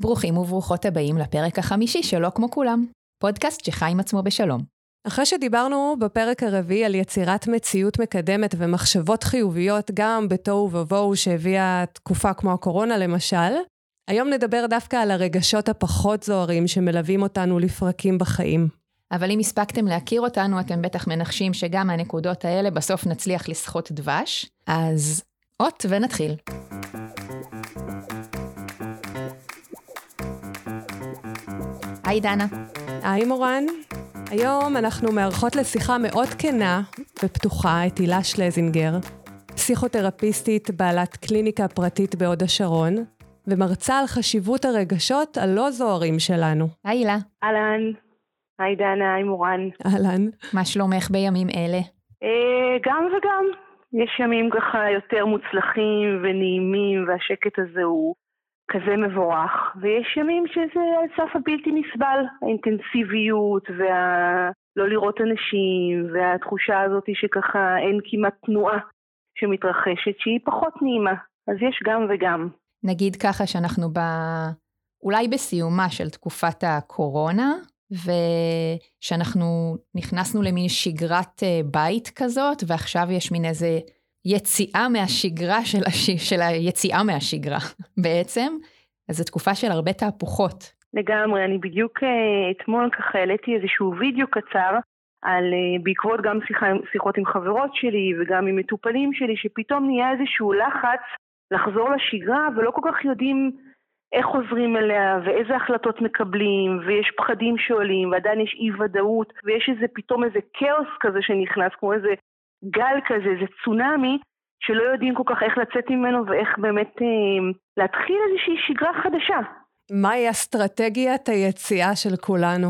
ברוכים וברוכות הבאים לפרק החמישי שלו כמו כולם, פודקאסט שחי עם עצמו בשלום. אחרי שדיברנו בפרק הרביעי על יצירת מציאות מקדמת ומחשבות חיוביות גם בתוהו ובוהו שהביאה תקופה כמו הקורונה למשל, היום נדבר דווקא על הרגשות הפחות זוהרים שמלווים אותנו לפרקים בחיים. אבל אם הספקתם להכיר אותנו, אתם בטח מנחשים שגם מהנקודות האלה בסוף נצליח לסחוט דבש. אז אות ונתחיל. היי דנה. היי מורן. היום אנחנו מארחות לשיחה מאוד כנה ופתוחה את הילה שלזינגר, פסיכותרפיסטית בעלת קליניקה פרטית בהוד השרון, ומרצה על חשיבות הרגשות הלא זוהרים שלנו. היי הילה. אהלן. היי דנה, היי מורן. אהלן. מה שלומך בימים אלה? גם וגם. יש ימים ככה יותר מוצלחים ונעימים, והשקט הזה הוא כזה מבורך. ויש ימים שזה על סף הבלתי נסבל, האינטנסיביות לא לראות אנשים, והתחושה הזאת שככה אין כמעט תנועה שמתרחשת, שהיא פחות נעימה. אז יש גם וגם. נגיד ככה שאנחנו אולי בסיומה של תקופת הקורונה, ושאנחנו נכנסנו למין שגרת בית כזאת, ועכשיו יש מין איזה יציאה מהשגרה של היציאה מהשגרה בעצם. אז זו תקופה של הרבה תהפוכות. לגמרי, אני בדיוק אתמול ככה העליתי איזשהו וידאו קצר, בעקבות גם שיחות עם חברות שלי וגם עם מטופלים שלי, שפתאום נהיה איזשהו לחץ לחזור לשגרה, ולא כל כך יודעים איך חוזרים אליה ואיזה החלטות מקבלים, ויש פחדים שעולים, ועדיין יש אי ודאות, ויש פתאום איזה כאוס כזה שנכנס, כמו איזה גל כזה, איזה צונאמי, שלא יודעים כל כך איך לצאת ממנו, ואיך באמת להתחיל איזושהי שגרה חדשה. מהי אסטרטגיית היציאה של כולנו?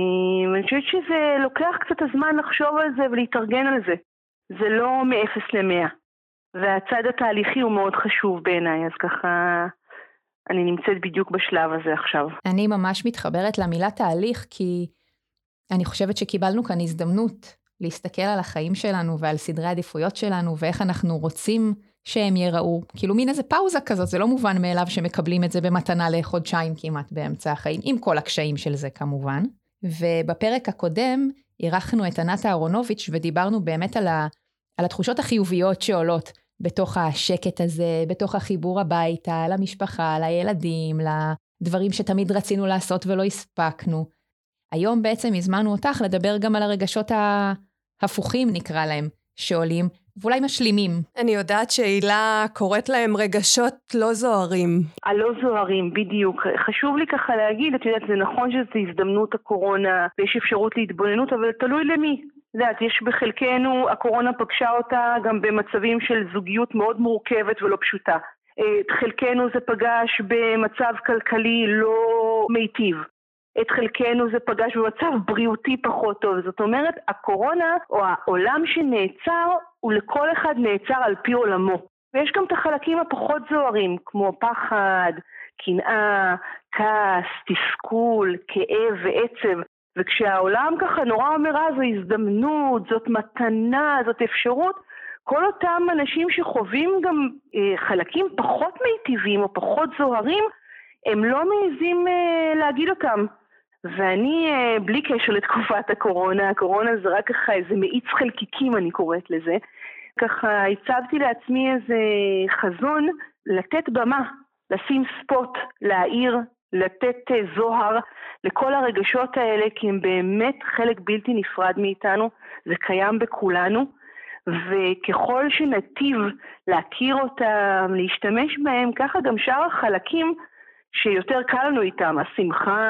אני חושבת שזה לוקח קצת הזמן לחשוב על זה ולהתארגן על זה. זה לא מ-0 ל-100. והצד התהליכי הוא מאוד חשוב בעיניי, אז ככה אני נמצאת בדיוק בשלב הזה עכשיו. אני ממש מתחברת למילה תהליך, כי אני חושבת שקיבלנו כאן הזדמנות להסתכל על החיים שלנו ועל סדרי העדיפויות שלנו, ואיך אנחנו רוצים שהם ייראו. כאילו מין איזה פאוזה כזאת, זה לא מובן מאליו שמקבלים את זה במתנה לחודשיים כמעט באמצע החיים, עם כל הקשיים של זה כמובן. ובפרק הקודם אירחנו את ענת אהרונוביץ' ודיברנו באמת על התחושות החיוביות שעולות בתוך השקט הזה, בתוך החיבור הביתה, למשפחה, לילדים, לדברים שתמיד רצינו לעשות ולא הספקנו. היום בעצם הזמנו אותך לדבר גם על הרגשות ההפוכים נקרא להם, שעולים ואולי משלימים. אני יודעת שהילה קוראת להם רגשות לא זוהרים. הלא זוהרים, בדיוק. חשוב לי ככה להגיד, את יודעת, זה נכון שזו הזדמנות הקורונה, ויש אפשרות להתבוננות, אבל תלוי למי. את יודעת, יש בחלקנו, הקורונה פגשה אותה גם במצבים של זוגיות מאוד מורכבת ולא פשוטה. את חלקנו זה פגש במצב כלכלי לא מיטיב. את חלקנו זה פגש במצב בריאותי פחות טוב. זאת אומרת, הקורונה או העולם שנעצר, הוא לכל אחד נעצר על פי עולמו. ויש גם את החלקים הפחות זוהרים, כמו פחד, קנאה, כעס, תסכול, כאב ועצב. וכשהעולם ככה נורא אומר, זו הזדמנות, זאת מתנה, זאת אפשרות, כל אותם אנשים שחווים גם חלקים פחות מיטיבים או פחות זוהרים, הם לא מעזים להגיד אותם. ואני, בלי קשר לתקופת הקורונה זה רק ככה איזה מאיץ חלקיקים אני קוראת לזה, ככה הצבתי לעצמי איזה חזון לתת במה, לשים ספוט, להאיר, לתת זוהר לכל הרגשות האלה, כי הם באמת חלק בלתי נפרד מאיתנו, זה קיים בכולנו, וככל שנטיב להכיר אותם, להשתמש בהם, ככה גם שאר החלקים שיותר קל לנו איתם, השמחה,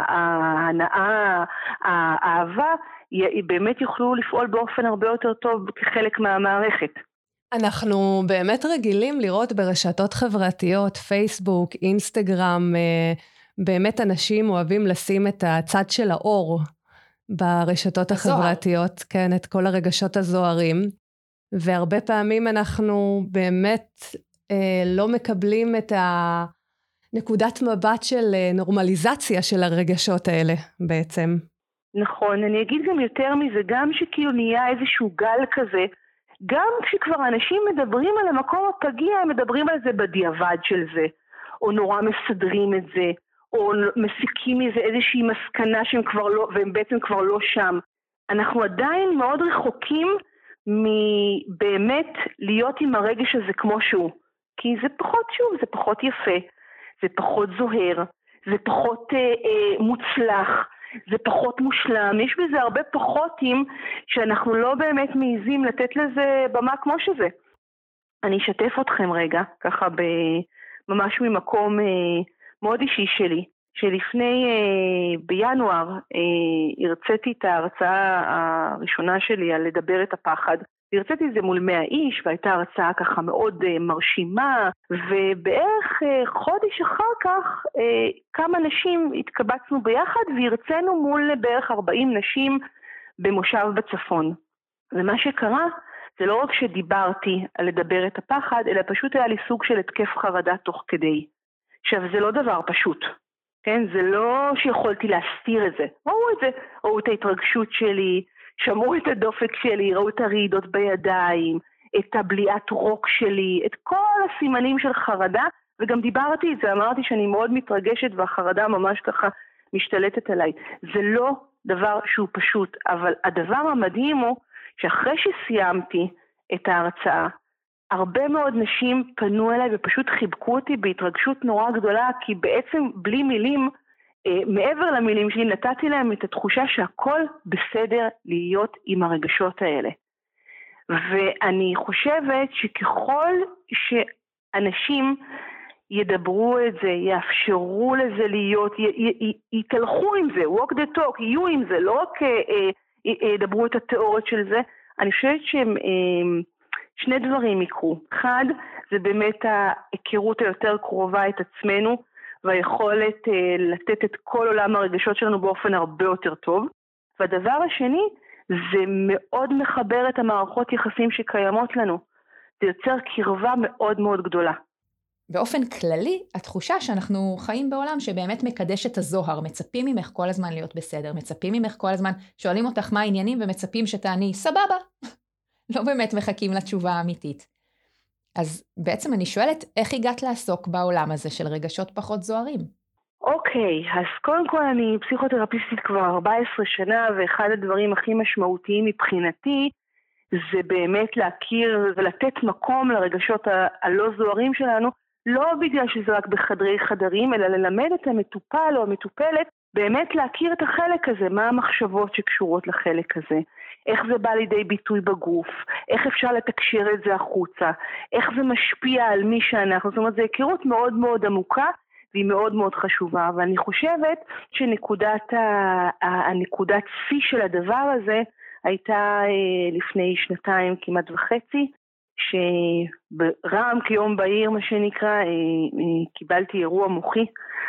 ההנאה, האהבה, באמת יוכלו לפעול באופן הרבה יותר טוב כחלק מהמערכת. אנחנו באמת רגילים לראות ברשתות חברתיות, פייסבוק, אינסטגרם, באמת אנשים אוהבים לשים את הצד של האור ברשתות החברתיות, כן, את כל הרגשות הזוהרים, והרבה פעמים אנחנו באמת לא מקבלים את נקודת מבט של נורמליזציה של הרגשות האלה בעצם. נכון, אני אגיד גם יותר מזה, גם שכאילו נהיה איזשהו גל כזה, גם כשכבר אנשים מדברים על המקום הפגיע, הם מדברים על זה בדיעבד של זה, או נורא מסדרים את זה, או מסיקים מזה איזושהי מסקנה והם בעצם כבר לא שם. אנחנו עדיין מאוד רחוקים מבאמת להיות עם הרגש הזה כמו שהוא. כי זה פחות זה פחות יפה, זה פחות זוהר, זה פחות מוצלח, זה פחות מושלם. יש בזה הרבה פחותים שאנחנו לא באמת מעיזים לתת לזה במה כמו שזה. אני אשתף אתכם רגע, ככה ממש ממקום מאוד אישי שלי, שלפני, בינואר, הרציתי את ההרצאה הראשונה שלי על לדבר את הפחד. הרציתי את זה מול 100 איש, והייתה הרצאה ככה מאוד מרשימה, ובערך חודש אחר כך כמה נשים התקבצנו ביחד, והרצינו מול בערך 40 נשים במושב בצפון. ומה שקרה, זה לא רק שדיברתי על לדבר את הפחד, אלא פשוט היה לי סוג של התקף חרדה תוך כדי. עכשיו, זה לא דבר פשוט. כן? זה לא שיכולתי להסתיר את זה. ראו את ההתרגשות שלי, שמעו את הדופק שלי, ראו את הרעידות בידיים, את הבליעת רוק שלי, את כל הסימנים של חרדה, וגם דיברתי את זה, אמרתי שאני מאוד מתרגשת והחרדה ממש ככה משתלטת עליי. זה לא דבר שהוא פשוט, אבל הדבר המדהים הוא שאחרי שסיימתי את ההרצאה, הרבה מאוד נשים פנו אליי ופשוט חיבקו אותי בהתרגשות נורא גדולה, כי בעצם בלי מילים, מעבר למילים שלי, נתתי להם את התחושה שהכל בסדר להיות עם הרגשות האלה. ואני חושבת שככל שאנשים ידברו את זה, יאפשרו לזה להיות, יתהלכו עם זה, walk the talk, יהיו עם זה, לא רק ידברו את התיאוריות של זה, אני חושבת שהם שני דברים יקרו. אחד, זה באמת ההיכרות היותר קרובה את עצמנו, והיכולת לתת את כל עולם הרגשות שלנו באופן הרבה יותר טוב. והדבר השני, זה מאוד מחבר את המערכות יחסים שקיימות לנו. זה יוצר קרבה מאוד מאוד גדולה. באופן כללי, התחושה שאנחנו חיים בעולם שבאמת מקדש את הזוהר, מצפים ממך כל הזמן להיות בסדר, מצפים ממך כל הזמן, שואלים אותך מה העניינים ומצפים שתעני סבבה. לא באמת מחכים לתשובה האמיתית. אז בעצם אני שואלת, איך הגעת לעסוק בעולם הזה של רגשות פחות זוהרים? אוקיי, אז קודם כל אני פסיכותרפיסטית כבר 14 שנה, ואחד הדברים הכי משמעותיים מבחינתי, זה באמת להכיר ולתת מקום לרגשות הלא זוהרים שלנו, לא בגלל שזה רק בחדרי חדרים, אלא ללמד את המטופל או המטופלת, באמת להכיר את החלק הזה, מה המחשבות שקשורות לחלק הזה, איך זה בא לידי ביטוי בגוף, איך אפשר לתקשר את זה החוצה, איך זה משפיע על מי שאנחנו, זאת אומרת, זו היכרות מאוד מאוד עמוקה, והיא מאוד מאוד חשובה, ואני חושבת שנקודת שיא של הדבר הזה, הייתה לפני 2 כמעט וחצי, שברעם כיום בעיר, מה שנקרא, קיבלתי אירוע מוחי,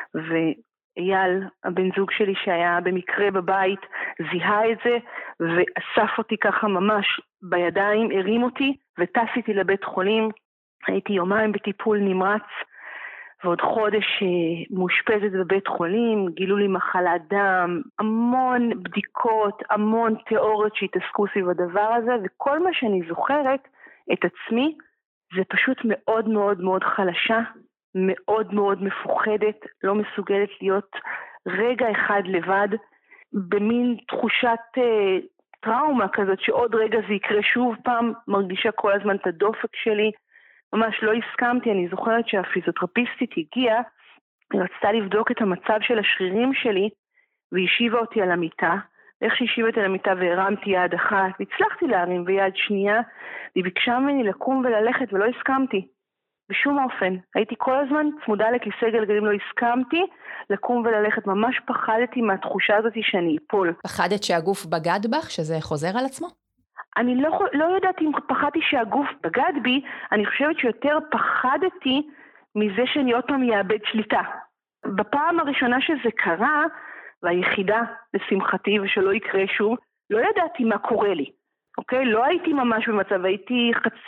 ואייל, הבן זוג שלי שהיה במקרה בבית, זיהה את זה, ואסף אותי ככה ממש בידיים, הרים אותי, וטס איתי לבית חולים, הייתי 2 ימים בטיפול נמרץ, ועוד חודש מאושפזת בבית חולים, גילו לי מחלת דם, המון בדיקות, המון תיאוריות שהתעסקו סביב הדבר הזה, וכל מה שאני זוכרת את עצמי, זה פשוט מאוד מאוד מאוד חלשה, מאוד מאוד מפוחדת, לא מסוגלת להיות רגע אחד לבד, במין תחושת טראומה כזאת, שעוד רגע זה יקרה שוב פעם, מרגישה כל הזמן את הדופק שלי, ממש לא הסכמתי, אני זוכרת שהפיזיותרפיסטית הגיעה, היא רצתה לבדוק את המצב של השרירים שלי, והשיבה אותי על המיטה, איך שהשיבה אותי על המיטה והרמתי יד אחת, והצלחתי להרים ביד שנייה, והיא ביקשה ממני לקום וללכת ולא הסכמתי, בשום אופן. הייתי כל הזמן צמודה לכיסא גלגלים, לא הסכמתי לקום וללכת, ממש פחדתי מהתחושה הזאת שאני אפול. פחדת שהגוף בגד בך, שזה חוזר על עצמו? אני לא יודעת אם פחדתי שהגוף בגד בי, אני חושבת שיותר פחדתי מזה שאני עוד פעם יאבד שליטה. בפעם הראשונה שזה קרה, והיחידה לשמחתי ושלא יקרה שוב, לא ידעתי מה קורה לי. אוקיי? לא הייתי ממש במצב, הייתי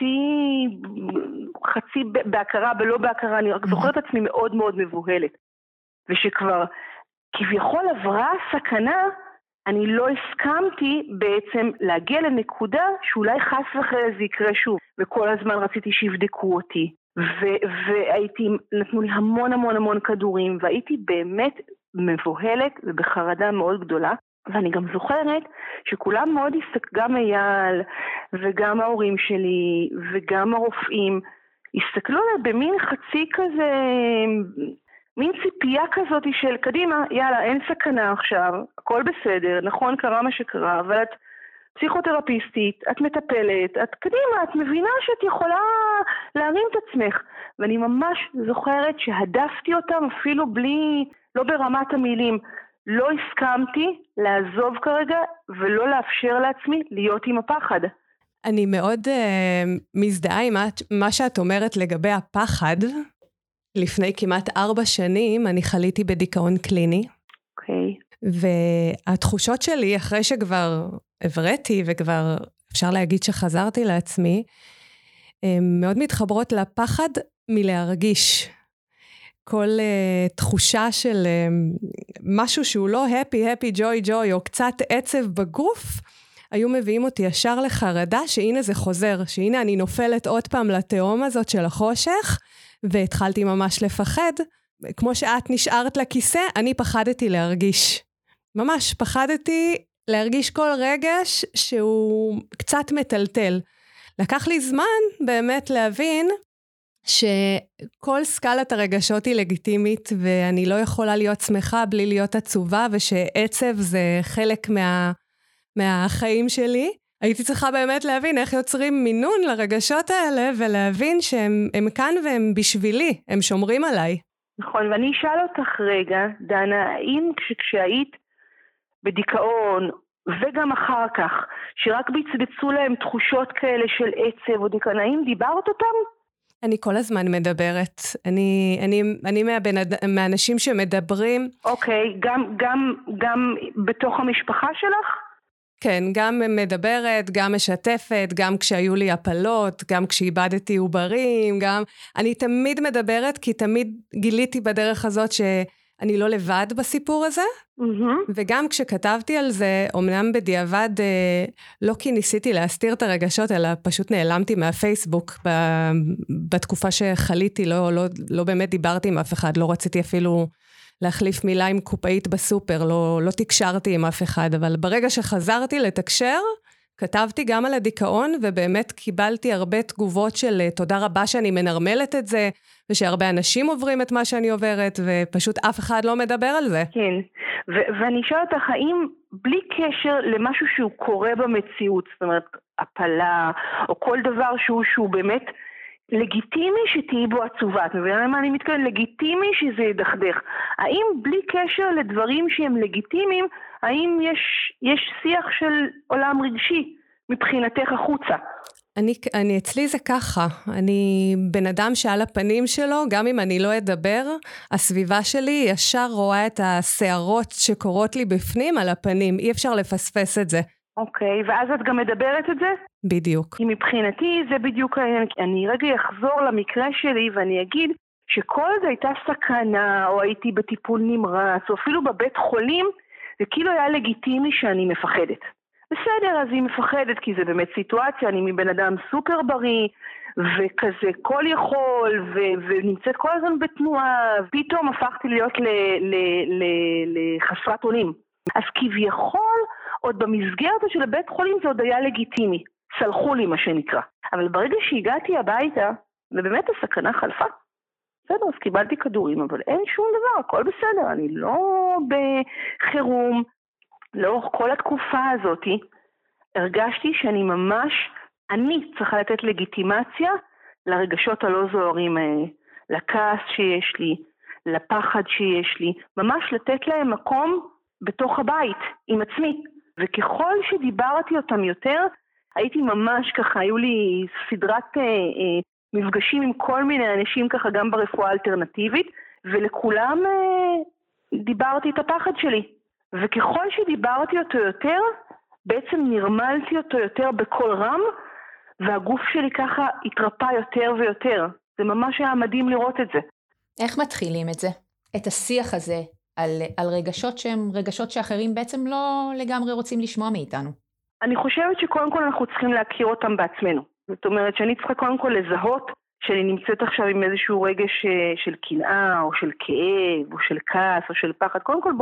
חצי בהכרה ולא בהכרה, אני רק זוכרת עצמי מאוד מאוד מבוהלת. ושכבר כביכול עברה הסכנה, אני לא הסכמתי בעצם להגיע לנקודה שאולי חס וחלילה זה יקרה שוב, וכל הזמן רציתי שיבדקו אותי, נתנו לי המון המון המון כדורים, והייתי באמת מבוהלת ובחרדה מאוד גדולה, ואני גם זוכרת שכולם מאוד גם אייל, וגם ההורים שלי, וגם הרופאים, הסתכלו עליי במין חצי כזה, מין ציפייה כזאת של קדימה, יאללה, אין סכנה עכשיו, הכל בסדר, נכון, קרה מה שקרה, אבל את פסיכותרפיסטית, את מטפלת, את קדימה, את מבינה שאת יכולה להרים את עצמך. ואני ממש זוכרת שהדפתי אותם אפילו בלי, לא ברמת המילים, לא הסכמתי לעזוב כרגע ולא לאפשר לעצמי להיות עם הפחד. אני מאוד מזדהה עם מה שאת אומרת לגבי הפחד. לפני כמעט 4 שנים אני חליתי בדיכאון קליני. אוקיי. והתחושות שלי, אחרי שכבר הבראתי וכבר אפשר להגיד שחזרתי לעצמי, מאוד מתחברות לפחד מלהרגיש. כל תחושה של משהו שהוא לא happy, joy, או קצת עצב בגוף, היו מביאים אותי ישר לחרדה שהנה זה חוזר, שהנה אני נופלת עוד פעם לתהום הזאת של החושך, והתחלתי ממש לפחד. כמו שאת נשארת לכיסא, אני פחדתי להרגיש. ממש פחדתי להרגיש כל רגש שהוא קצת מטלטל. לקח לי זמן באמת להבין שכל סקלת הרגשות היא לגיטימית, ואני לא יכולה להיות שמחה בלי להיות עצובה, ושעצב זה חלק מהחיים שלי. הייתי צריכה באמת להבין איך יוצרים מינון לרגשות האלה, ולהבין שהם כאן והם בשבילי, הם שומרים עליי. נכון, ואני אשאל אותך רגע, דנה, האם כשהיית בדיכאון, וגם אחר כך, שרק בצבצו להם תחושות כאלה של עצב או דיכאון, האם דיברת אותם? אני כל הזמן מדברת. אני מהאנשים שמדברים. אוקיי, גם בתוך המשפחה שלך? כן, גם מדברת, גם משתפת, גם כשהיו לי הפלות, גם כשאיבדתי עוברים, אני תמיד מדברת, כי תמיד גיליתי בדרך הזאת שאני לא לבד בסיפור הזה, וגם כשכתבתי על זה, אומנם בדיעבד, לא כי ניסיתי להסתיר את הרגשות, אלא פשוט נעלמתי מהפייסבוק, בתקופה שחליתי, לא באמת דיברתי עם אף אחד, לא רציתי אפילו להחליף מילה עם קופאית בסופר, לא תקשרתי עם אף אחד, אבל ברגע שחזרתי לתקשר, כתבתי גם על הדיכאון, ובאמת קיבלתי הרבה תגובות של תודה רבה שאני מנרמלת את זה, ושהרבה אנשים עוברים את מה שאני עוברת, ופשוט אף אחד לא מדבר על זה. כן, ואני אשאל אותך, האם בלי קשר למשהו שהוא קורה במציאות, זאת אומרת, הפלה, או כל דבר שהוא באמת לגיטימי שתהי בו עצובה, את מבינה למה אני מתכוון? לגיטימי שזה ידחדך. האם בלי קשר לדברים שהם לגיטימיים, האם יש שיח של עולם רגשי מבחינתך החוצה? אצלי זה ככה, אני בן אדם שעל הפנים שלו, גם אם אני לא אדבר, הסביבה שלי ישר רואה את השערות שקורות לי בפנים על הפנים, אי אפשר לפספס את זה. אוקיי, ואז את גם מדברת את זה? בדיוק. כי מבחינתי זה בדיוק העניין, אני רגע אחזור למקרה שלי ואני אגיד שכל זה הייתה סכנה, או הייתי בטיפול נמרץ, או אפילו בבית חולים, זה כאילו היה לגיטימי שאני מפחדת. בסדר, אז היא מפחדת, כי זה באמת סיטואציה, אני מבן אדם סופר בריא, וכזה כל יכול, ונמצאת כל הזמן בתנועה, פתאום הפכתי להיות לחסרת אונים. אז כביכול, עוד במסגרת של הבית חולים זה עוד היה לגיטימי, סלחו לי מה שנקרא. אבל ברגע שהגעתי הביתה, ובאמת הסכנה חלפה, בסדר, אז קיבלתי כדורים, אבל אין שום דבר, הכל בסדר, אני לא בחירום. לאורך כל התקופה הזאת, הרגשתי שאני צריכה לתת לגיטימציה לרגשות הלא זוהרים האלה, לכעס שיש לי, לפחד שיש לי, ממש לתת להם מקום בתוך הבית, עם עצמי. וככל שדיברתי אותם יותר, הייתי ממש ככה, היו לי סדרת מפגשים עם כל מיני אנשים ככה, גם ברפואה האלטרנטיבית, ולכולם דיברתי את הפחד שלי. וככל שדיברתי אותו יותר, בעצם נרמלתי אותו יותר בכל רם, והגוף שלי ככה התרפא יותר ויותר. זה ממש היה מדהים לראות את זה. איך מתחילים את זה? את השיח הזה על רגשות שהם רגשות שאחרים בעצם לא לגמרי רוצים לשמוע מאיתנו? אני חושבת שקודם כל אנחנו צריכים להכיר אותם בעצמנו. זאת אומרת שאני צריכה קודם כל לזהות שאני נמצאת עכשיו עם איזשהו רגש של קנאה, או של כאב, או של כעס, או של פחד. קודם כל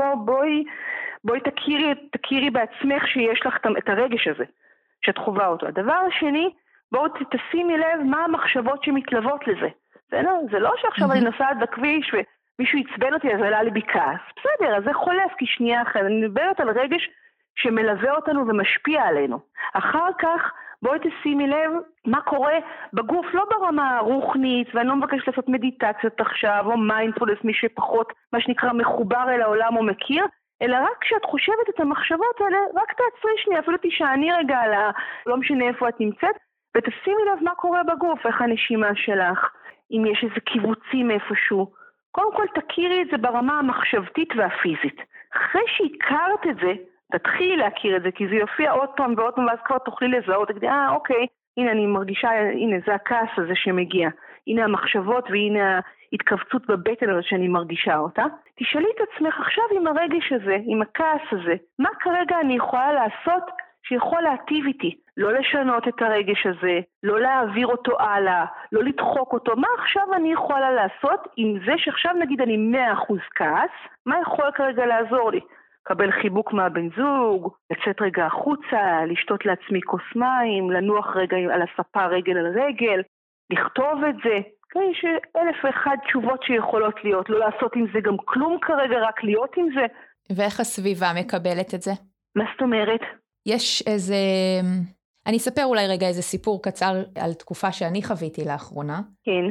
בואי תכירי בעצמך שיש לך את הרגש הזה, שאת חווה אותו. הדבר השני, בואו תשימי לב מה המחשבות שמתלוות לזה. זה לא שעכשיו אני נוסעת בכביש ומישהו יצבן אותי, אז עלה לי בי כעס. בסדר, אז זה חולף כשנייה אחרת. אני מדברת על רגש שמלווה אותנו ומשפיע עלינו. אחר כך, בואי תשימי לב מה קורה בגוף, לא ברמה הרוחנית, ואני לא מבקש לעשות מדיטציות עכשיו, או מיינדפולנס, מי שפחות, מה שנקרא, מחובר אל העולם או מכיר, אלא רק כשאת חושבת את המחשבות האלה, רק תעצרי שנייה, אפילו תשעני רגע על לא משנה איפה את נמצאת, ותשימי לב מה קורה בגוף, איך הנשימה שלך, אם יש איזה קיבוצים איפשהו. קודם כל תכירי את זה ברמה המחשבתית והפיזית. אחרי שהכרת את זה, תתחילי להכיר את זה, כי זה יופיע עוד פעם ועוד פעם, ואז כבר תוכלי לזהות, תגידי, אוקיי, הנה אני מרגישה, הנה זה הכעס הזה שמגיע, הנה המחשבות והנה ההתכווצות בבטן הזאת שאני מרגישה אותה. תשאלי את עצמך עכשיו עם הרגש הזה, עם הכעס הזה, מה כרגע אני יכולה לעשות שיכול להטיב איתי? לא לשנות את הרגש הזה, לא להעביר אותו הלאה, לא לדחוק אותו. מה עכשיו אני יכולה לעשות עם זה שעכשיו נגיד אני 100% כעס, מה יכול כרגע לעזור לי? קבל חיבוק מהבן זוג, לצאת רגע החוצה, לשתות לעצמי כוס מים, לנוח רגע על הספה רגל על רגל, לכתוב את זה. יש 1,001 תשובות שיכולות להיות, לא לעשות עם זה גם כלום כרגע, רק להיות עם זה. ואיך הסביבה מקבלת את זה? מה זאת אומרת? יש איזה... אני אספר אולי רגע איזה סיפור קצר על תקופה שאני חוויתי לאחרונה. כן.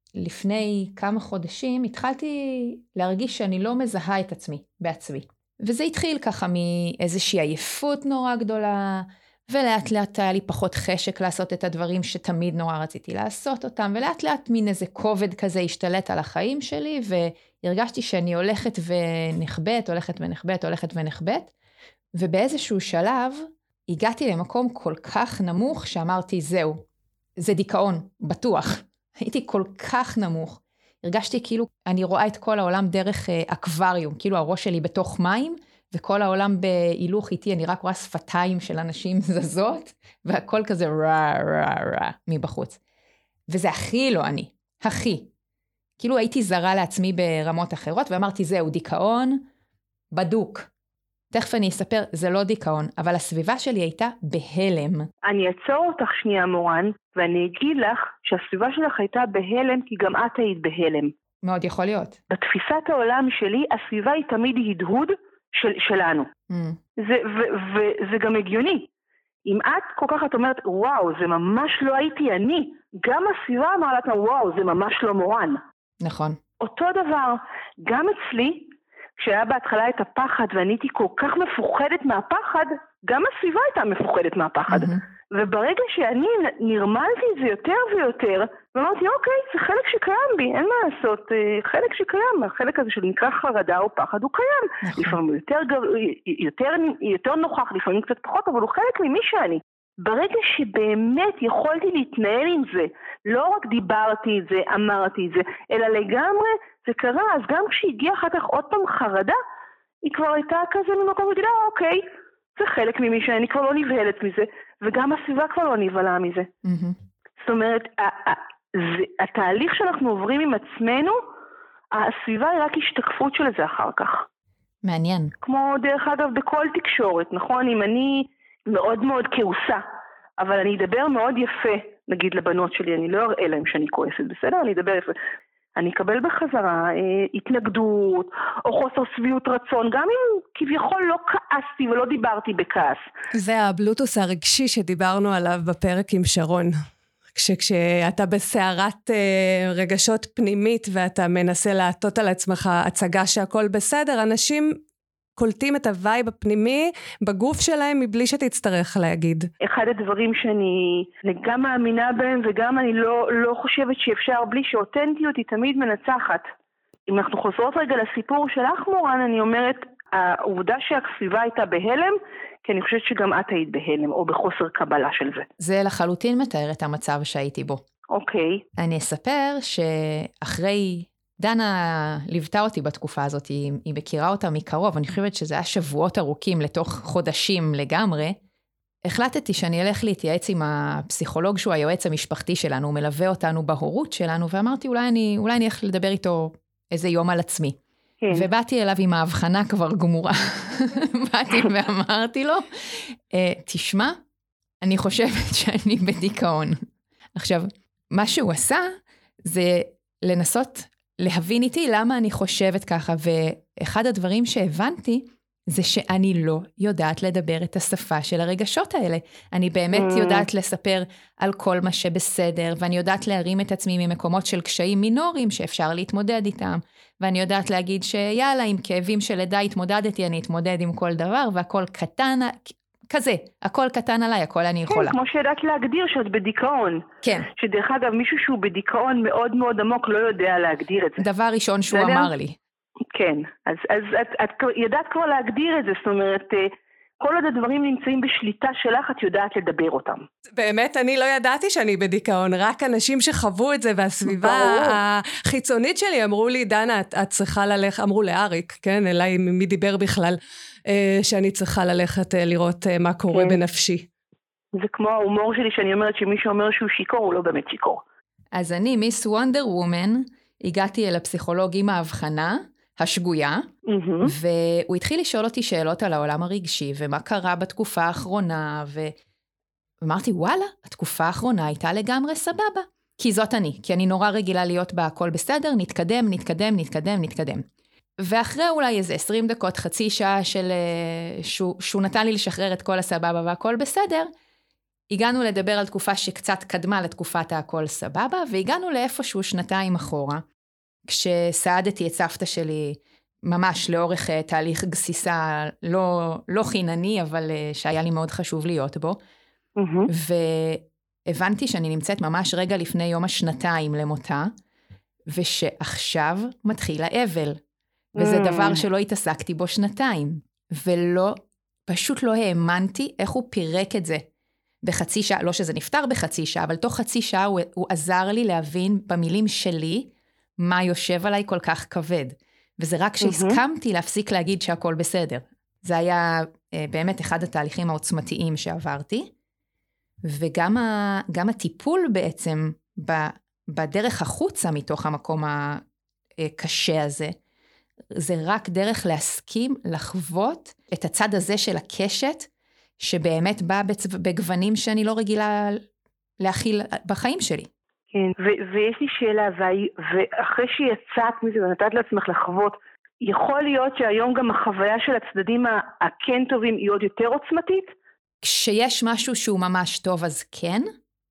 לפני כמה חודשים התחלתי להרגיש שאני לא מזהה את עצמי בעצמי. וזה התחיל ככה מאיזושהי עייפות נורא גדולה, ולאט לאט היה לי פחות חשק לעשות את הדברים שתמיד נורא רציתי לעשות אותם, ולאט לאט מין איזה כובד כזה השתלט על החיים שלי, והרגשתי שאני הולכת ונחבאת, ובאיזשהו שלב הגעתי למקום כל כך נמוך שאמרתי, זהו, זה דיכאון, בטוח. הייתי כל כך נמוך. הרגשתי כאילו אני רואה את כל העולם דרך אקווריום, כאילו הראש שלי בתוך מים, וכל העולם בהילוך איתי, אני רק רואה שפתיים של אנשים זזות, והכל כזה רע מבחוץ. וזה הכי לא אני, הכי. כאילו הייתי זרה לעצמי ברמות אחרות, ואמרתי זהו, דיכאון בדוק. תכף אני אספר, זה לא דיכאון, אבל הסביבה שלי הייתה בהלם. אני אעצור אותך שנייה מורן, ואני אגיד לך שהסביבה שלך הייתה בהלם, כי גם את היית בהלם. מאוד יכול להיות. בתפיסת העולם שלי, הסביבה היא תמיד הדהוד שלנו. וזה גם הגיוני. אם את כל כך את אומרת, וואו, זה ממש לא הייתי אני, גם הסביבה אמרה לה, וואו, זה ממש לא מורן. נכון. אותו דבר, גם אצלי, כשהיה בהתחלה את הפחד, ואני הייתי כל כך מפוחדת מהפחד, גם הסביבה הייתה מפוחדת מהפחד. וברגע שאני נרמלתי את זה יותר ויותר, ואמרתי, אוקיי, זה חלק שקיים בי, אין מה לעשות, חלק שקיים, החלק הזה שנקרא חרדה או פחד הוא קיים. לפעמים יותר נוכח, לפעמים קצת פחות, אבל הוא חלק ממי שאני. ברגע שבאמת יכולתי להתנהל עם זה, לא רק דיברתי את זה, אמרתי את זה, אלא לגמרי זה קרה, אז גם כשהגיע אחר כך עוד פעם חרדה, היא כבר הייתה כזה ממקום וגילה, אוקיי, זה חלק ממי שאני כבר לא נבהלת מזה, וגם הסביבה כבר לא נבהלה מזה. זאת אומרת, התהליך שאנחנו עוברים עם עצמנו, הסביבה היא רק השתקפות של זה אחר כך. מעניין. כמו דרך אגב בכל תקשורת, נכון? אם אני מאוד מאוד כעוסה, אבל אני אדבר מאוד יפה, נגיד לבנות שלי, אני לא אראה להם שאני כועסת, בסדר? אני אדבר יפה. אני אקבל בחזרה התנגדות או חוסר שביעות רצון, גם אם כביכול לא כעסתי ולא דיברתי בכעס. זה הבלוטוס הרגשי שדיברנו עליו בפרק עם שרון. כשאתה בסערת רגשות פנימית ואתה מנסה לעטות על עצמך הצגה שהכל בסדר, אנשים קולטים את הווייב הפנימי בגוף שלהם מבלי שתצטרך להגיד. אחד הדברים שאני גם מאמינה בהם וגם אני לא חושבת שאפשר בלי שאותנטיות היא תמיד מנצחת. אם אנחנו חוזרות רגע לסיפור שלך מורן, אני אומרת, העובדה שהסביבה הייתה בהלם, כי אני חושבת שגם את היית בהלם או בחוסר קבלה של זה. זה לחלוטין מתאר את המצב שהייתי בו. אוקיי. אני אספר שאחרי... דנה ליוותה אותי בתקופה הזאת, היא מכירה אותה מקרוב, אני חושבת שזה היה שבועות ארוכים לתוך חודשים לגמרי, החלטתי שאני אלך להתייעץ עם הפסיכולוג שהוא היועץ המשפחתי שלנו, הוא מלווה אותנו בהורות שלנו, ואמרתי אולי אני אלך לדבר איתו איזה יום על עצמי. כן. ובאתי אליו עם ההבחנה כבר גמורה. באתי ואמרתי לו, תשמע, אני חושבת שאני בדיכאון. עכשיו, מה שהוא עשה זה לנסות להבין איתי למה אני חושבת ככה, ואחד הדברים שהבנתי זה שאני לא יודעת לדבר את השפה של הרגשות האלה. אני באמת יודעת לספר על כל מה שבסדר, ואני יודעת להרים את עצמי ממקומות של קשיים מינוריים שאפשר להתמודד איתם, ואני יודעת להגיד שיאללה, עם כאבים של לידה התמודדתי, אני אתמודד עם כל דבר, והכל קטן, כזה, הכל קטן עליי, הכל אני יכולה. כן, כמו שידעת להגדיר שאת בדיכאון. כן. שדרך אגב, מישהו שהוא בדיכאון מאוד מאוד עמוק לא יודע להגדיר את זה. דבר ראשון שהוא אמר לי. כן, אז את ידעת כבר להגדיר את זה, זאת אומרת, כל עוד הדברים נמצאים בשליטה שלך, את יודעת לדבר אותם. באמת, אני לא ידעתי שאני בדיכאון, רק אנשים שחוו את זה, והסביבה החיצונית שלי אמרו לי, דנה, את צריכה ללכת, אמרו לאריק, כן, אליי מי דיבר בכלל, שאני צריכה ללכת לראות מה קורה בנפשי. זה כמו ההומור שלי, שאני אומרת שמי שאומר שהוא שיקור, הוא לא באמת שיקור. אז אני, מיס וונדר וומן, הגעתי אל הפסיכולוג עם ההבחנה, השגויה, והוא התחיל לשאול אותי שאלות על העולם הרגשי, ומה קרה בתקופה האחרונה, ואמרתי, וואלה, התקופה האחרונה הייתה לגמרי סבבה, כי זאת כי אני נורא רגילה להיות בה הכל בסדר, נתקדם. ואחרי אולי איזה 20 דקות, חצי שעה שהוא נתן לי לשחרר את כל הסבבה והכל בסדר, הגענו לדבר על תקופה שקצת קדמה לתקופת הכל סבבה, והגענו לאיפשהו 2 אחורה, כשסעדתי את סבתא שלי ממש לאורך תהליך גסיסה לא חינני, אבל שהיה לי מאוד חשוב להיות בו. והבנתי שאני נמצאת ממש רגע לפני יום 2 למותה, ושעכשיו מתחיל האבל. וזה דבר שלא התעסקתי בו 2. פשוט לא האמנתי איך הוא פירק את זה. בחצי שעה, לא שזה נפטר בחצי שעה, אבל תוך חצי שעה הוא עזר לי להבין במילים שלי, מה יושב עליי כל כך כבד. וזה רק שהסכמתי להפסיק להגיד שהכל בסדר. זה היה באמת אחד התהליכים העוצמתיים שעברתי, וגם הטיפול בעצם בדרך החוצה מתוך המקום הקשה הזה, זה רק דרך להסכים לחוות את הצד הזה של הקשת, שבאמת בא בגוונים שאני לא רגילה להכיל בחיים שלי. כן, ויש לי שאלה, ואחרי שיצאת מזה ונתת לעצמך לחוות, יכול להיות שהיום גם החוויה של הצדדים הכן טובים היא עוד יותר עוצמתית? כשיש משהו שהוא ממש טוב אז כן,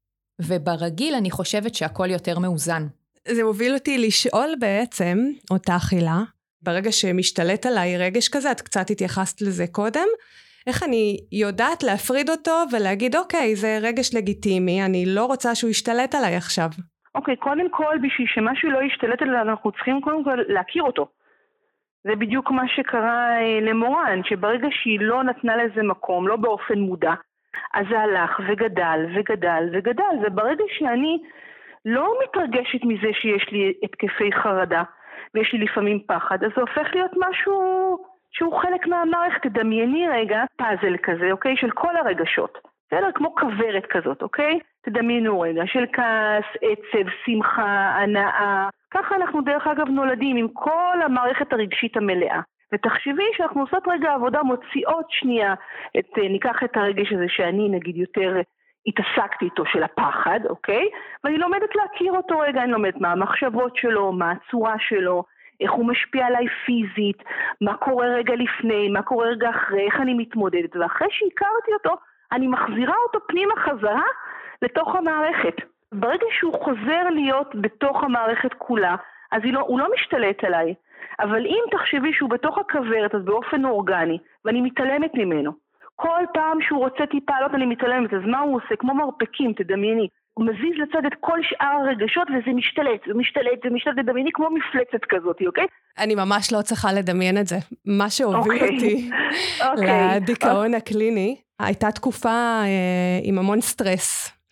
וברגיל אני חושבת שהכל יותר מאוזן. זה מוביל אותי לשאול בעצם אותה חילה, ברגע שמשתלט עליי רגש כזה, את קצת התייחסת לזה קודם, איך אני יודעת להפריד אותו ולהגיד, אוקיי, זה רגש לגיטימי, אני לא רוצה שהוא ישתלט עליי עכשיו. אוקיי, קודם כל, בשביל שמשהו לא ישתלט עליו, אנחנו צריכים קודם כל להכיר אותו. זה בדיוק מה שקרה למורן, שברגע שהיא לא נתנה לזה מקום, לא באופן מודע, אז זה הלך וגדל וגדל וגדל, וברגע שאני לא מתרגשת מזה שיש לי התקפי חרדה, ויש לי לפעמים פחד, אז זה הופך להיות משהו שהוא חלק מהמערכת. תדמייני רגע פאזל כזה, אוקיי? של כל הרגשות. בסדר? כמו כברת כזאת, אוקיי? תדמיינו רגע של כעס, עצב, שמחה, הנאה. ככה אנחנו דרך אגב נולדים עם כל המערכת הרגשית המלאה. ותחשבי שאנחנו עושות רגע עבודה, מוציאות שנייה, ניקח את הרגש הזה שאני נגיד יותר התעסקתי איתו של הפחד, אוקיי? ואני לומדת להכיר אותו רגע, אני לומדת מה המחשבות שלו, מה הצורה שלו, איך הוא משפיע עליי פיזית, מה קורה רגע לפני, מה קורה רגע אחרי, איך אני מתמודדת. ואחרי שהכרתי אותו, אני מחזירה אותו פנימה חזרה לתוך המערכת. ברגע שהוא חוזר להיות בתוך המערכת כולה, אז הוא לא משתלט עליי. אבל אם תחשבי שהוא בתוך הכברת, אז באופן אורגני, ואני מתעלמת ממנו. כל פעם שהוא רוצה טיפה לעלות, אני מתעלמת. אז מה הוא עושה? כמו מרפקים, תדמייני. הוא מזיז לצד את כל שאר הרגשות, וזה משתלט, תדמייני כמו מפלצת כזאת, אוקיי? אני ממש לא צריכה לדמיין את זה. מה שהוביל אותי לדיכאון הקליני, הייתה תקופה עם המון סטרס.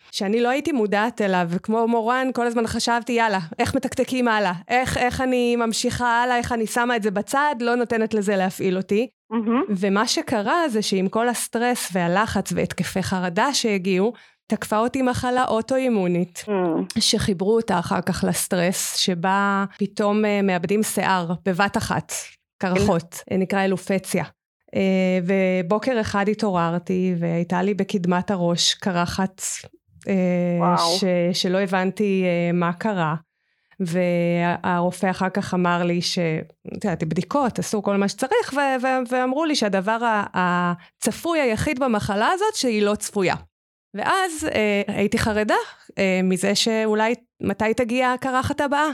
שאני לא הייתי מודעת אליו, וכמו מורן כל הזמן חשבתי, יאללה, איך מתקתקים הלאה? איך אני ממשיכה הלאה, איך אני שמה את זה בצד, לא נותנת לזה להפעיל אותי. ומה שקרה זה שעם כל הסטרס והלחץ והתקפי חרדה שהגיעו, תקפה אותי מחלה אוטואימונית, שחיברו אותה אחר כך לסטרס, שבה פתאום מאבדים שיער בבת אחת, קרחות, נקרא אלופציה. ובוקר אחד התעוררתי, והייתה לי בקדמת הראש קרחת, שלא הבנתי מה קרה. והרופא אחר כך אמר לי בדיקות, עשו כל מה שצריך, ואמרו לי שהדבר הצפוי היחיד במחלה הזאת, שהיא לא צפויה. ואז הייתי חרדה מזה שאולי מתי תגיע הקרחת הבאה.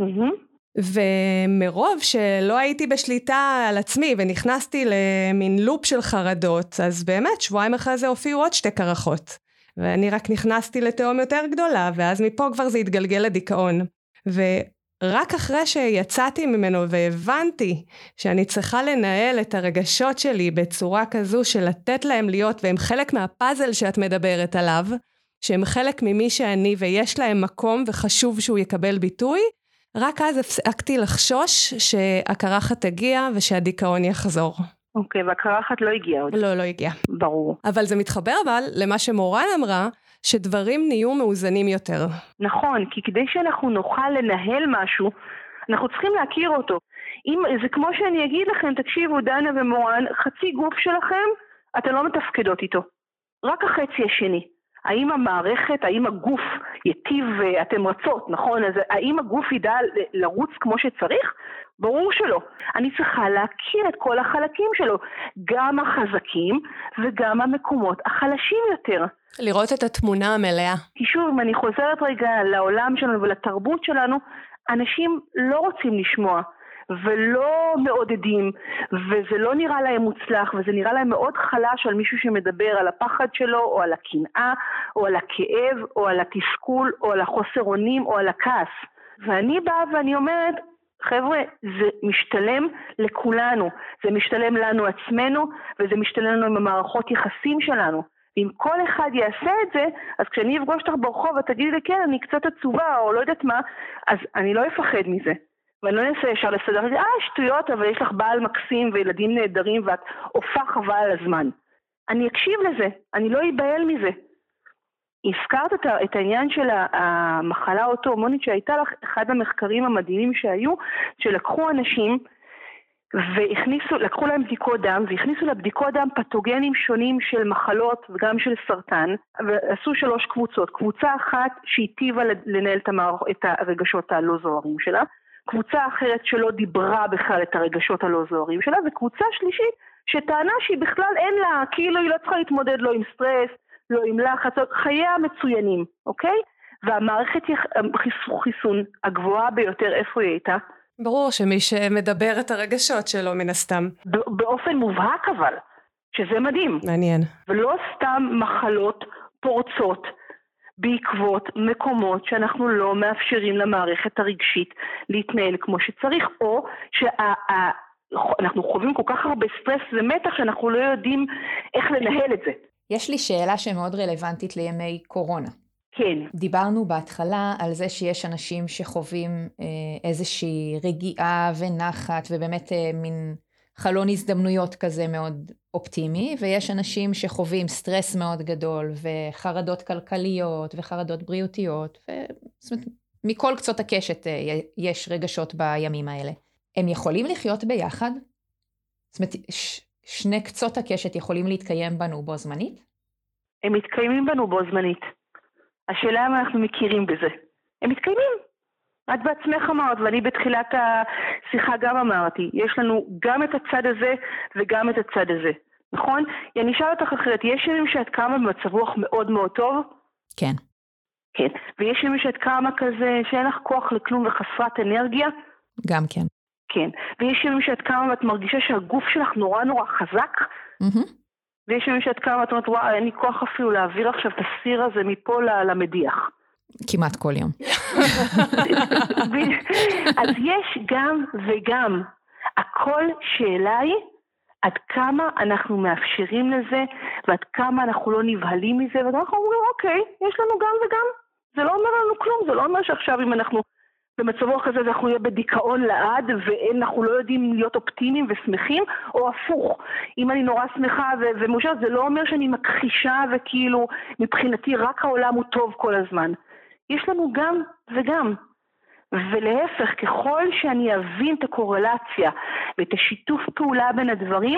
ומרוב שלא הייתי בשליטה על עצמי, ונכנסתי למין לופ של חרדות, אז באמת שבועיים אחרי זה הופיעו עוד 2 קרחות. ואני רק נכנסתי לתהום יותר גדולה, ואז מפה כבר זה התגלגל לדיכאון. ורק אחרי שיצאתי ממנו והבנתי שאני צריכה לנהל את הרגשות שלי בצורה כזו של לתת להם להיות, והם חלק מהפאזל שאת מדברת עליו, שהם חלק ממי שאני ויש להם מקום וחשוב שהוא יקבל ביטוי, רק אז הפסקתי לחשוש שהקרחת תגיע ושהדיכאון יחזור. אוקיי, והקרחת לא הגיעה עוד. לא הגיעה. ברור. אבל זה מתחבר למה שמורן אמרה, שדברים נהיו מאוזנים יותר. נכון, כי כדי שאנחנו נוכל לנהל משהו, אנחנו צריכים להכיר אותו. זה כמו שאני אגיד לכם, תקשיבו דנה ומורן, חצי גוף שלכם, אתם לא מתפקדות איתו. רק החצי השני. האם המערכת, האם הגוף יטיב, אתם רצות, נכון? אז האם הגוף ידע לרוץ כמו שצריך? ברור שלא. אני צריכה להכיר את כל החלקים שלו, גם החזקים וגם המקומות החלשים יותר. לראות את התמונה המלאה. כי שוב, אם אני חוזרת רגע לעולם שלנו ולתרבות שלנו, אנשים לא רוצים לשמוע ולא מעודדים, וזה לא נראה להם מוצלח, וזה נראה להם מאוד חלש על מישהו שמדבר על הפחד שלו, או על הקנאה, או על הכאב, או על התסכול, או על החוסר אונים, או על הכעס. ואני באה ואני אומרת, חבר'ה, זה משתלם לכולנו, זה משתלם לנו עצמנו, וזה משתלם לנו עם המערכות יחסים שלנו. ואם כל אחד יעשה את זה, אז כשאני אפגוש אותך ברחוב ותגידי לי, כן, אני קצת עצובה, או לא יודעת מה, אז אני לא אפחד מזה. ואני לא אנסה ישר לסדר, שטויות, אבל יש לך בעל מקסים וילדים נהדרים, ואת הופך חבל על הזמן. אני אקשיב לזה, אני לא אבהל מזה. הזכרת את העניין של המחלה האוטואימונית שהייתה לך, אחד המחקרים המדהימים שהיו, שלקחו אנשים לקחו להם בדיקות דם, והכניסו לבדיקות דם פתוגנים שונים של מחלות וגם של סרטן, ועשו 3 קבוצות. קבוצה אחת שהיטיבה לנהל את הרגשות הלא זוהרים שלה, קבוצה אחרת שלא דיברה בכלל את הרגשות הלא זוהרים שלה, וקבוצה שלישית שטענה שהיא בכלל אין לה, כאילו היא לא צריכה להתמודד לא עם סטרס, לא עם לחץ, חייה מצוינים, אוקיי? והמערכת חיסון הגבוהה ביותר, איפה היא הייתה? ברור שמי שמדבר את הרגשות שלו מן הסתם. באופן מובהק אבל, שזה מדהים. מעניין. ולא סתם מחלות פורצות בעקבות מקומות שאנחנו לא מאפשרים למערכת הרגשית להתנהל כמו שצריך, או שאנחנו חווים כל כך הרבה סטרס ומתח שאנחנו לא יודעים איך לנהל את זה. יש לי שאלה שמאוד רלוונטית לימי קורונה. כן. דיברנו בהתחלה על זה שיש אנשים שחווים איזושהי רגיעה ונחת, ובאמת מין חלון הזדמנויות כזה מאוד אופטימי, ויש אנשים שחווים סטרס מאוד גדול, וחרדות כלכליות, וחרדות בריאותיות, זאת אומרת, מכל קצות הקשת יש רגשות בימים האלה. הם יכולים לחיות ביחד? זאת אומרת, שני קצות הקשת יכולים להתקיים בנו בו זמנית? הם מתקיימים בנו בו זמנית. השאלה אם אנחנו מכירים בזה. הם מתקיימים. את בעצמך אמרת, ואני בתחילת השיחה גם אמרתי, יש לנו גם את הצד הזה וגם את הצד הזה. נכון? אני אשאל אותך אחרת, יש ימים שאת קמה במצב רוח מאוד מאוד טוב? כן. כן. ויש ימים שאת קמה כזה שאין לך כוח לכלום וחסרת אנרגיה? גם כן. כן. ויש ימים שאת קמה ואת מרגישה שהגוף שלך נורא נורא חזק? ויש ימים שאת קמה ואת אומרת, וואי, אין לי כוח אפילו להעביר עכשיו את הסיר הזה מפה למדיח. כמעט כל יום. אז יש גם וגם. הכל שאלה היא, עד כמה אנחנו מאפשרים לזה, ועד כמה אנחנו לא נבהלים מזה, ואנחנו אומרים, אוקיי, יש לנו גם וגם. זה לא אומר לנו כלום, זה לא אומר שעכשיו אם אנחנו במצב רוח כזה אנחנו נהיה בדיכאון לעד ואנחנו לא יודעים להיות אופטימיים ושמחים, או הפוך. אם אני נורא שמחה ומאושרת, זה לא אומר שאני מכחישה וכאילו מבחינתי רק העולם הוא טוב כל הזמן. יש לנו גם וגם. ולהפך, ככל שאני אבין את הקורלציה ואת השיתוף פעולה בין הדברים,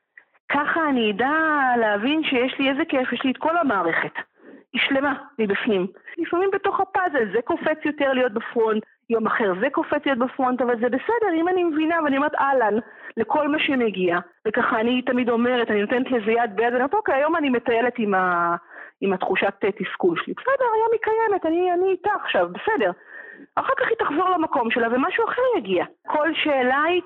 ככה אני אדע להבין שיש לי איזה כיף, יש לי את כל המערכת. היא שלמה מבפנים. לפעמים בתוך הפאזל זה קופץ יותר להיות בפרונט, יום אחר זה קופץ להיות בפרונט, אבל זה בסדר, אם אני מבינה ואני אומרת אהלן לכל מה שמגיע, וככה אני תמיד אומרת, אני נותנת לזה יד ביד, ואני אומרת, אוקיי, היום אני מטיילת עם התחושת תסכול שלי. בסדר, היום היא קיימת, אני איתה עכשיו, בסדר. אחר כך היא תחזור למקום שלה ומשהו אחר יגיע. כל שאלה היא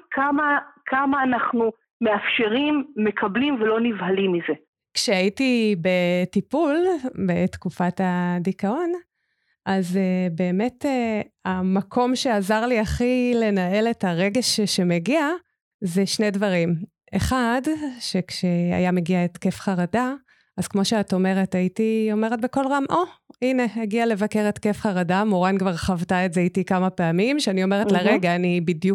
כמה אנחנו מאפשרים, מקבלים ולא נבהלים מזה. כשהייתי בטיפול בתקופת הדיכאון, אז באמת המקום שעזר לי הכי לנהל את הרגש שמגיע, זה שני דברים. אחד, שכשהיה מגיע התקף חרדה, אז כמו שאת אומרת, הייתי אומרת בכל רם, הנה, הגיע לבקר התקף חרדה, מורן כבר חוותה את זה איתי כמה פעמים, שאני אומרת לה, רגע, אני בדיוק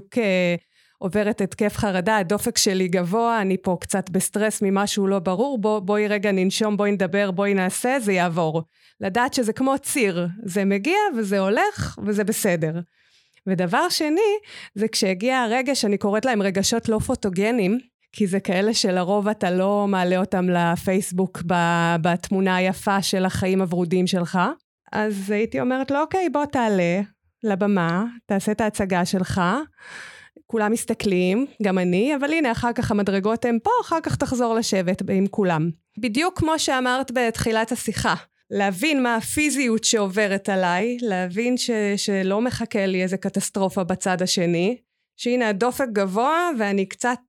עוברת התקף חרדה, הדופק שלי גבוה, אני פה קצת בסטרס ממשהו לא ברור, בואי רגע ננשום, בואי נדבר, בואי נעשה, זה יעבור. לדעת שזה כמו ציר, זה מגיע וזה הולך וזה בסדר. ודבר שני, זה כשהגיע הרגש, אני קוראת להם רגשות לא פוטוגנים, כי זה כאלה שלרוב אתה לא מעלה אותם לפייסבוק בתמונה היפה של החיים הוורודים שלך. אז הייתי אומרת לו, אוקיי, בוא תעלה לבמה, תעשה את ההצגה שלך, כולם מסתכלים, גם אני, אבל הנה, אחר כך המדרגות הם פה, אחר כך תחזור לשבת עם כולם. בדיוק כמו שאמרת בתחילת השיחה, להבין מה הפיזיות שעוברת עליי, להבין שלא מחכה לי איזה קטסטרופה בצד השני, שהנה הדופק גבוה ואני קצת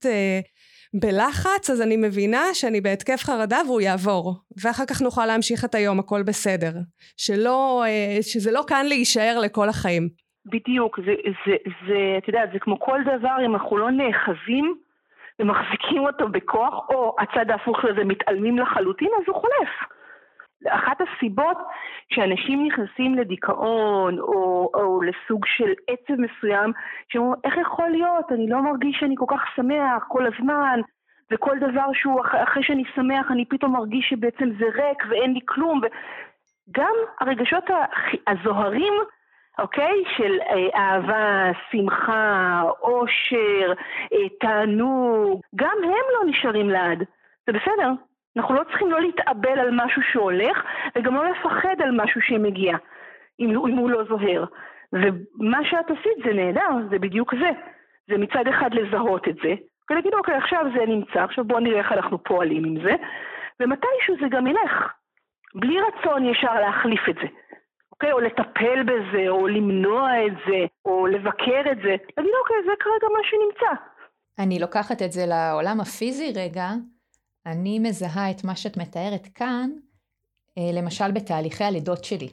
בלחץ, אז אני מבינה שאני בהתקף חרדה והוא יעבור, ואחר כך נוכל להמשיך את היום, הכל בסדר. שזה לא כאן להישאר לכל החיים. בדיוק, את יודעת, זה כמו כל דבר, אם אנחנו לא נאחזים ומחזיקים אותו בכוח, או הצד ההפוך לזה מתעלמים לחלוטין, אז הוא חולף. אחת הסיבות שאנשים נכנסים לדיכאון או לסוג של עצב מסוים, שאומרים, איך יכול להיות? אני לא מרגיש שאני כל כך שמח כל הזמן, וכל דבר שהוא אחרי שאני שמח, אני פתאום מרגיש שבעצם זה ריק ואין לי כלום. גם הרגשות הזוהרים, אוקיי? של אהבה, שמחה, אושר, תענוג, גם הם לא נשארים לעד. זה בסדר. אנחנו לא צריכים לא להתאבל על משהו שהולך, וגם לא לפחד על משהו שמגיע, אם הוא לא זוהר. ומה שאת עשית זה נהדר, זה בדיוק זה. זה מצד אחד לזהות את זה, ולהגיד, אוקיי, עכשיו זה נמצא, עכשיו בואו נראה איך אנחנו פועלים עם זה, ומתישהו זה גם ילך. בלי רצון ישר להחליף את זה. אוקיי? או לטפל בזה, או למנוע את זה, או לבקר את זה. להגיד, אוקיי, זה כרגע מה שנמצא. אני לוקחת את זה לעולם הפיזי רגע, אני מזהה את מה שאת מתארת כאן, למשל בתהליכי הלידות שלי.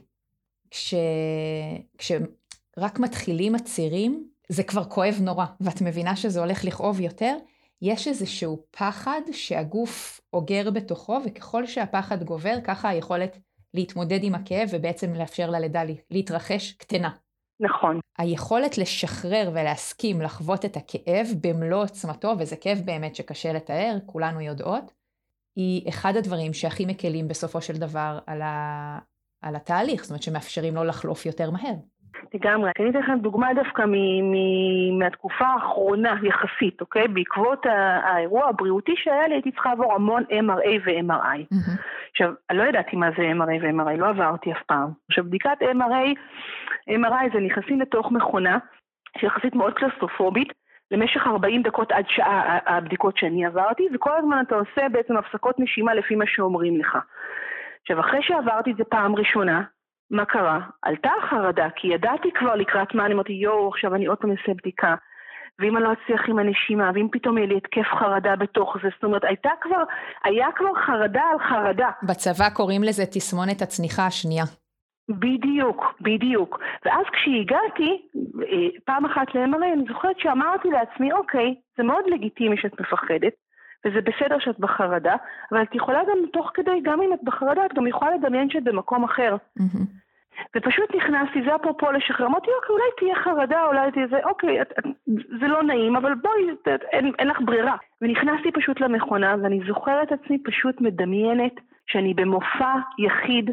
כשרק מתחילים הצירים, זה כבר כואב נורא, ואת מבינה שזה הולך לכאוב יותר, יש איזשהו פחד שהגוף אוגר בתוכו, וככל שהפחד גובר, ככה היכולת להתמודד עם הכאב, ובעצם לאפשר ללידה להתרחש קטנה. נכון. היכולת לשחרר ולהסכים לחוות את הכאב במלוא עוצמתו, וזה כאב באמת שקשה לתאר, כולנו יודעות, היא אחד הדברים שהכי מקלים בסופו של דבר על התהליך, זאת אומרת שמאפשרים לו לחלוף יותר מהר. לגמרי. אני אתן לכם דוגמה דווקא מהתקופה האחרונה יחסית, אוקיי? בעקבות האירוע הבריאותי שהיה לי, הייתי צריכה לעבור המון MRA ו-MRI. עכשיו, אני לא ידעתי מה זה MRA ו-MRI, לא עברתי אף פעם. עכשיו, בדיקת MRI זה נכנסים לתוך מכונה, שיחסית מאוד קלסטרופובית, למשך 40 דקות עד שעה הבדיקות שאני עברתי, וכל הזמן אתה עושה בעצם הפסקות נשימה לפי מה שאומרים לך. עכשיו, אחרי שעברתי את זה פעם ראשונה, מה קרה? עלתה החרדה, כי ידעתי כבר לקראת מה, אני אמרתי, עכשיו אני עוד פעם אעשה בדיקה, ואם אני לא אצליח עם הנשימה, ואם פתאום יהיה לי התקף חרדה בתוך זה, זאת אומרת, היה כבר חרדה על חרדה. בצבא קוראים לזה תסמונת הצניחה השנייה. בדיוק. ואז כשהגעתי, פעם אחת ל-MRA, אני זוכרת שאמרתי לעצמי, אוקיי, זה מאוד לגיטימי שאת מפחדת, וזה בסדר שאת בחרדה, אבל את יכולה גם תוך כדי, גם אם את בחרדה, את גם יכולה לדמיין שאת במקום אחר. ופשוט נכנסתי, זה אפרופו לשחרר, אמרתי, אוקיי, אולי תהיה חרדה, אולי תהיה זה, אוקיי, זה לא נעים, אבל בואי, אין לך ברירה. ונכנסתי פשוט למכונה, ואני זוכרת עצמי פשוט מדמיינת, שאני במופע יחיד,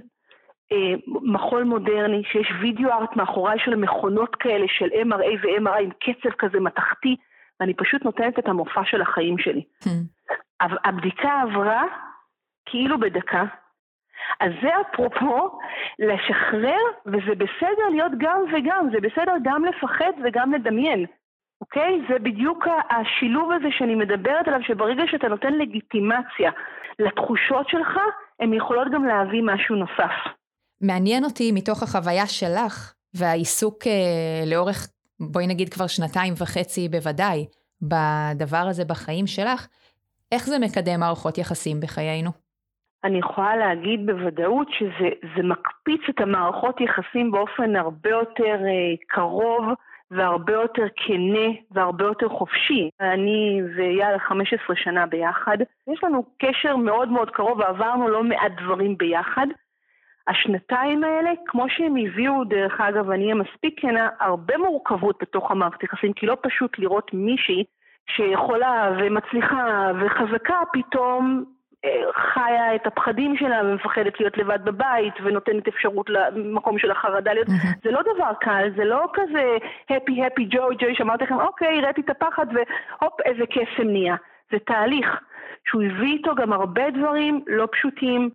מחול מודרני, שיש וידאו ארט מאחוריי של מכונות כאלה, של MRA ו-MRI, עם קצב כזה מתחתי, ואני פשוט נותנת את המופע של החיים שלי. הבדיקה עברה כאילו בדקה, אז זה אפרופו לשחרר, וזה בסדר להיות גם וגם, זה בסדר גם לפחד וגם לדמיין, אוקיי? זה בדיוק השילוב הזה שאני מדברת עליו, שברגע שאתה נותן לגיטימציה לתחושות שלך, הן יכולות גם להביא משהו נוסף. מעניין אותי מתוך החוויה שלך, והעיסוק לאורך, בואי נגיד כבר 2.5 בוודאי, בדבר הזה בחיים שלך, איך זה מקדם מערכות יחסים בחיינו? אני יכולה להגיד בוודאות שזה מקפיץ את המערכות יחסים באופן הרבה יותר קרוב והרבה יותר כנה והרבה יותר חופשי. אני ואייל 15 שנה ביחד. יש לנו קשר מאוד מאוד קרוב ועברנו לא מעט דברים ביחד. השנתיים האלה, כמו שהם הביאו, דרך אגב, אני אהיה מספיק כנה, הרבה מורכבות בתוך המערכת יחסים, כי לא פשוט לראות מישהי שיכולה ומצליחה וחזקה פתאום חיה את הפחדים שלה ומפחדת להיות לבד בבית ונותנת אפשרות למקום של החרדה להיות. זה לא דבר קל, זה לא כזה happy joy שאמרתי לכם, אוקיי, ראיתי את הפחד והופ, איזה קסם נהיה. זה תהליך שהוא הביא איתו גם הרבה דברים לא פשוטים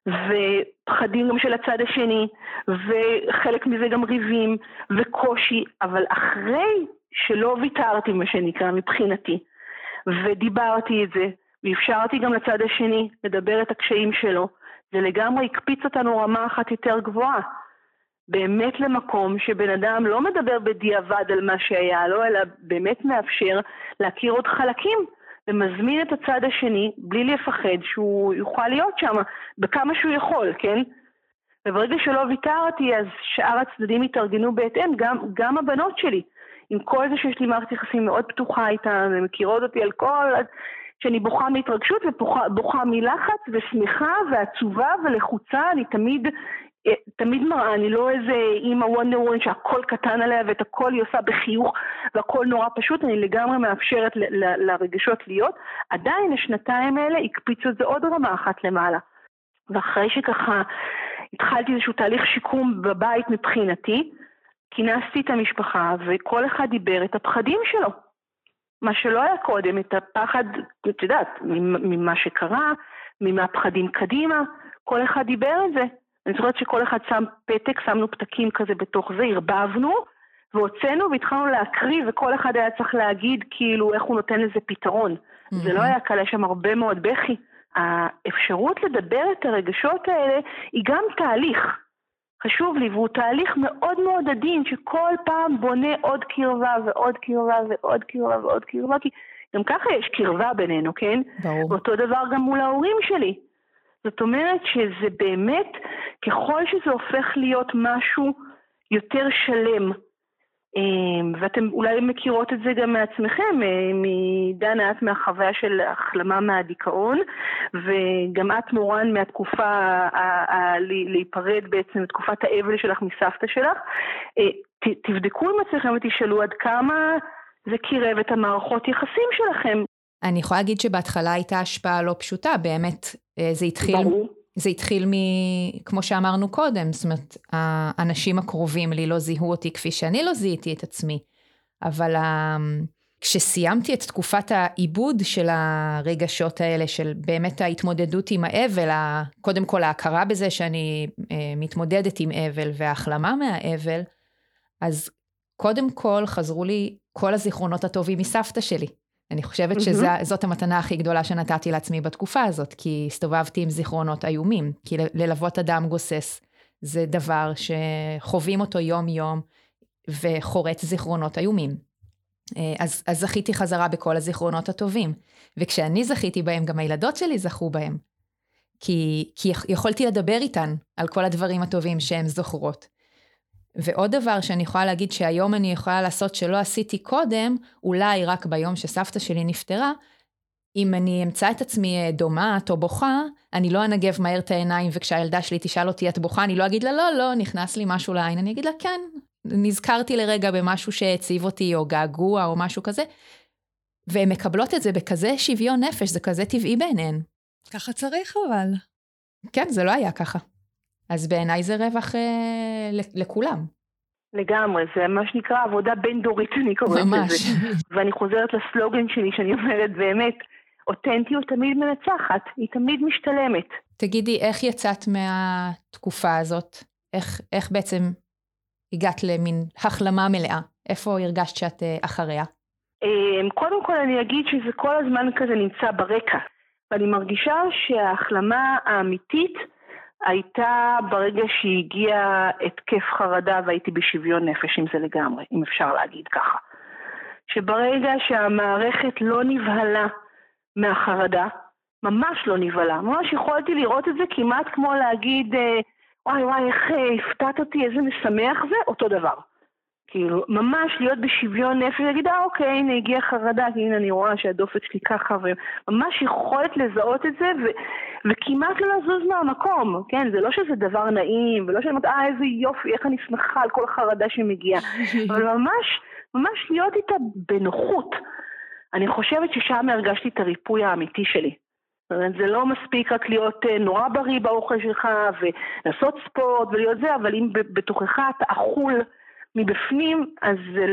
ופחדים גם של הצד השני וחלק מזה גם ריבים וקושי, אבל אחרי שלא ויתרתי מה שנקרא מבחינתי ודיברתי את זה ואפשרתי גם לצד השני לדבר את הקשיים שלו, זה לגמרי הקפיץ אותנו רמה אחת יותר גבוהה. באמת למקום שבן אדם לא מדבר בדיעבד על מה שהיה לו, אלא באמת מאפשר להכיר עוד חלקים, ומזמין את הצד השני בלי לפחד שהוא יוכל להיות שם בכמה שהוא יכול, כן? וברגע שלא ויתרתי, אז שאר הצדדים התארגנו בהתאם, גם הבנות שלי, עם כל זה שיש לי מערכת יחסים מאוד פתוחה איתן, ומכירות אותי על כל... שאני בוכה מהתרגשות ובוכה מלחץ ושמחה ועצובה ולחוצה, אני תמיד מראה, אני לא איזה אימא וונדר וומן שהכל קטן עליה ואת הכל היא עושה בחיוך והכל נורא פשוט, אני לגמרי מאפשרת לרגשות להיות, עדיין השנתיים האלה הקפיצו את זה עוד רמה אחת למעלה. ואחרי שככה התחלתי איזשהו תהליך שיקום בבית מבחינתי, כינסתי את המשפחה וכל אחד דיבר את הפחדים שלו. מה שלא היה קודם, את הפחד, את יודעת, ממה שקרה, מהפחדים קדימה, כל אחד דיבר את זה. אני זוכרת שכל אחד שם פתק, שמנו פתקים כזה בתוך זה, הרבבנו, והוצאנו והתחלנו להקריא, וכל אחד היה צריך להגיד כאילו איך הוא נותן לזה פתרון. זה לא היה קלה שם הרבה מאוד בכי. האפשרות לדבר את הרגשות האלה היא גם תהליך. חשוב לי, והוא תהליך מאוד מאוד עדין, שכל פעם בונה עוד קרבה ועוד קרבה ועוד קרבה ועוד קרבה, כי גם ככה יש קרבה בינינו, כן? ברור. ואותו דבר גם מול ההורים שלי. זאת אומרת שזה באמת, ככל שזה הופך להיות משהו יותר שלם, ואתם אולי מכירות את זה גם מעצמכם, מדנה את מהחוויה של החלמה מהדיכאון, וגם את מורן מהתקופה להיפרד בעצם, תקופת האבל שלך מסבתא שלך, תבדקו עם עצמכם ותשאלו עד כמה זה קירב את המערכות יחסים שלכם. אני יכולה להגיד שבהתחלה הייתה השפעה לא פשוטה, באמת זה התחיל כמו שאמרנו קודם, זאת אומרת, האנשים הקרובים לי לא זיהו אותי כפי שאני לא זיהיתי את עצמי, אבל כשסיימתי את תקופת העיבוד של הרגשות האלה, של באמת ההתמודדות עם האבל, קודם כל ההכרה בזה שאני מתמודדת עם אבל, וההחלמה מהאבל, אז קודם כל חזרו לי כל הזיכרונות הטובים מסבתא שלי. אני חושבת שזאת המתנה הכי גדולה שנתתי לעצמי בתקופה הזאת, כי הסתובבתי עם זיכרונות איומים, כי ללוות אדם גוסס זה דבר שחווים אותו יום יום, וחורץ זיכרונות איומים. אז זכיתי חזרה בכל הזיכרונות הטובים, וכשאני זכיתי בהם, גם הילדות שלי זכו בהם, כי יכולתי לדבר איתן על כל הדברים הטובים שהן זוכרות. ועוד דבר שאני יכולה להגיד שהיום אני יכולה לעשות שלא עשיתי קודם, אולי רק ביום שסבתא שלי נפטרה, אם אני אמצא את עצמי דומעת או בוכה, אני לא אנגב מהר את העיניים, וכשהילדה שלי תשאל אותי את בוכה, אני לא אגיד לה, לא, נכנס לי משהו לעין, אני אגיד לה, כן, נזכרתי לרגע במשהו שהציב אותי, או געגוע, או משהו כזה, והן מקבלות את זה בכזה שוויון נפש, זה כזה טבעי בעיניהן. ככה צריך אבל. כן, זה לא היה ככה. אז בעיניי זה רווח לכולם. לגמרי, זה מה שנקרא עבודה בין דורית, אני קוראת לזה. ואני חוזרת לסלוגן שלי, שאני אומרת באמת, אותנטיות תמיד מנצחת, היא תמיד משתלמת. תגידי, איך יצאת מהתקופה הזאת? איך בעצם הגעת למין החלמה מלאה? איפה הרגשת שאת אחריה? קודם כל אני אגיד שזה כל הזמן כזה נמצא ברקע, ואני מרגישה שההחלמה האמיתית הייתה ברגע שהגיע התקף חרדה והייתי בשוויון נפש עם זה לגמרי, אם אפשר להגיד ככה. שברגע שהמערכת לא נבהלה מהחרדה, ממש לא נבהלה, ממש יכולתי לראות את זה כמעט כמו להגיד, וואי, איך הפתעת אותי, איזה משמח זה, אותו דבר. כאילו, ממש להיות בשוויון נפש, להגיד, אוקיי, הנה הגיעה חרדה, כי הנה אני רואה שהדופק שלי ככה, וממש יכולת לזהות את זה, וכמעט לא לזוז מהמקום, כן? זה לא שזה דבר נעים, ולא שאני אומרת, איזה יופי, איך אני שמחה על כל חרדה שמגיעה, אבל ממש להיות איתה בנוחות. אני חושבת ששם הרגשתי את הריפוי האמיתי שלי. זה לא מספיק רק להיות נורא בריא באוכל שלך, ולעשות ספורט ולהיות זה, אבל אם בתוכך אתה אכול מבפנים, אז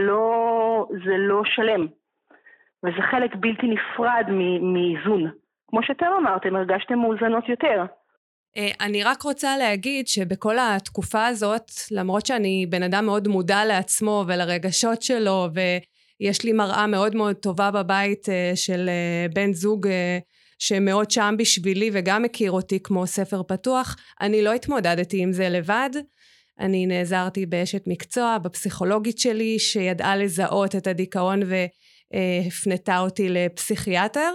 זה לא שלם. וזה חלק בלתי נפרד מאיזון. כמו שאתם אמרתם, הרגשתם מאוזנות יותר. אני רק רוצה להגיד שבכל התקופה הזאת, למרות שאני בן אדם מאוד מודע לעצמו ולרגשות שלו, ויש לי מראה מאוד מאוד טובה בבית של בן זוג שמאוד שם בשבילי וגם מכיר אותי כמו ספר פתוח, אני לא התמודדתי עם זה לבד. אני נעזרתי באשת מקצוע, בפסיכולוגית שלי, שידעה לזהות את הדיכאון והפנתה אותי לפסיכיאטר,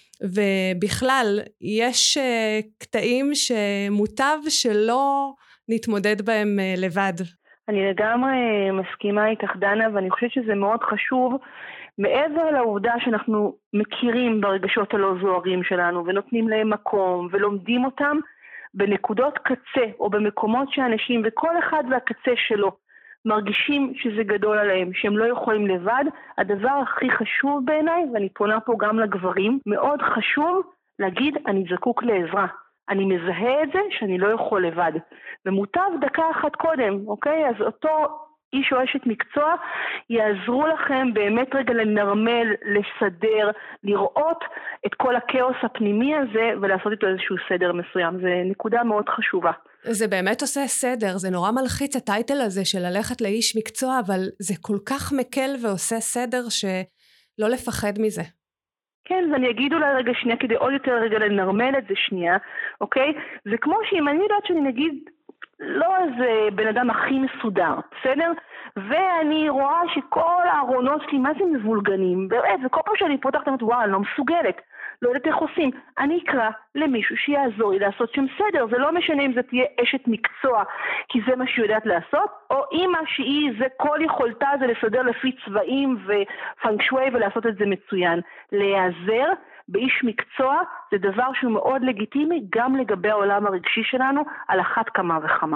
ובכלל יש קטעים שמוטב שלא נתמודד בהם לבד. אני לגמרי מסכימה איתך דנה, ואני חושבת שזה מאוד חשוב, מעבר לעובדה שאנחנו מכירים ברגשות הלא זוהרים שלנו, ונותנים להם מקום, ולומדים אותם, בנקודות קצה או במקומות שאנשים וכל אחד והקצה שלו מרגישים שזה גדול עליהם, שהם לא יכולים לבד. הדבר הכי חשוב בעיניי, ואני פונה פה גם לגברים, מאוד חשוב להגיד אני זקוק לעזרה. אני מזהה את זה שאני לא יכול לבד. ומוטב דקה אחת קודם, אוקיי? אז אותו איש או אשת מקצוע יעזרו לכם באמת רגע לנרמל, לסדר, לראות את כל הכאוס הפנימי הזה ולעשות איתו איזשהו סדר מסוים. זה נקודה מאוד חשובה. זה באמת עושה סדר, זה נורא מלחיץ הטייטל הזה של ללכת לאיש מקצוע, אבל זה כל כך מקל ועושה סדר שלא לפחד מזה. כן, ואני אגיד אולי רגע שנייה כדי עוד יותר רגע לנרמל את זה שנייה, אוקיי? זה כמו שאם אני יודעת שאני נגיד לא איזה בן אדם הכי מסודר, בסדר? ואני רואה שכל הארונות שלי, מה זה מבולגנים? באמת, וכל פעם שאני פותחת, אני אומרת, וואו, אני לא מסוגלת, לא יודעת איך עושים. אני אקרא למישהו שיעזור לי לעשות שם סדר, זה לא משנה אם זה תהיה אשת מקצוע, כי זה מה שהיא יודעת לעשות, או אמא שהיא, זה כל יכולתה, זה לסדר לפי צבעים ופנקשווי ולעשות את זה מצוין. להיעזר באיש מקצוע זה דבר שהוא מאוד לגיטימי, גם לגבי העולם הרגשי שלנו, על אחת כמה וכמה.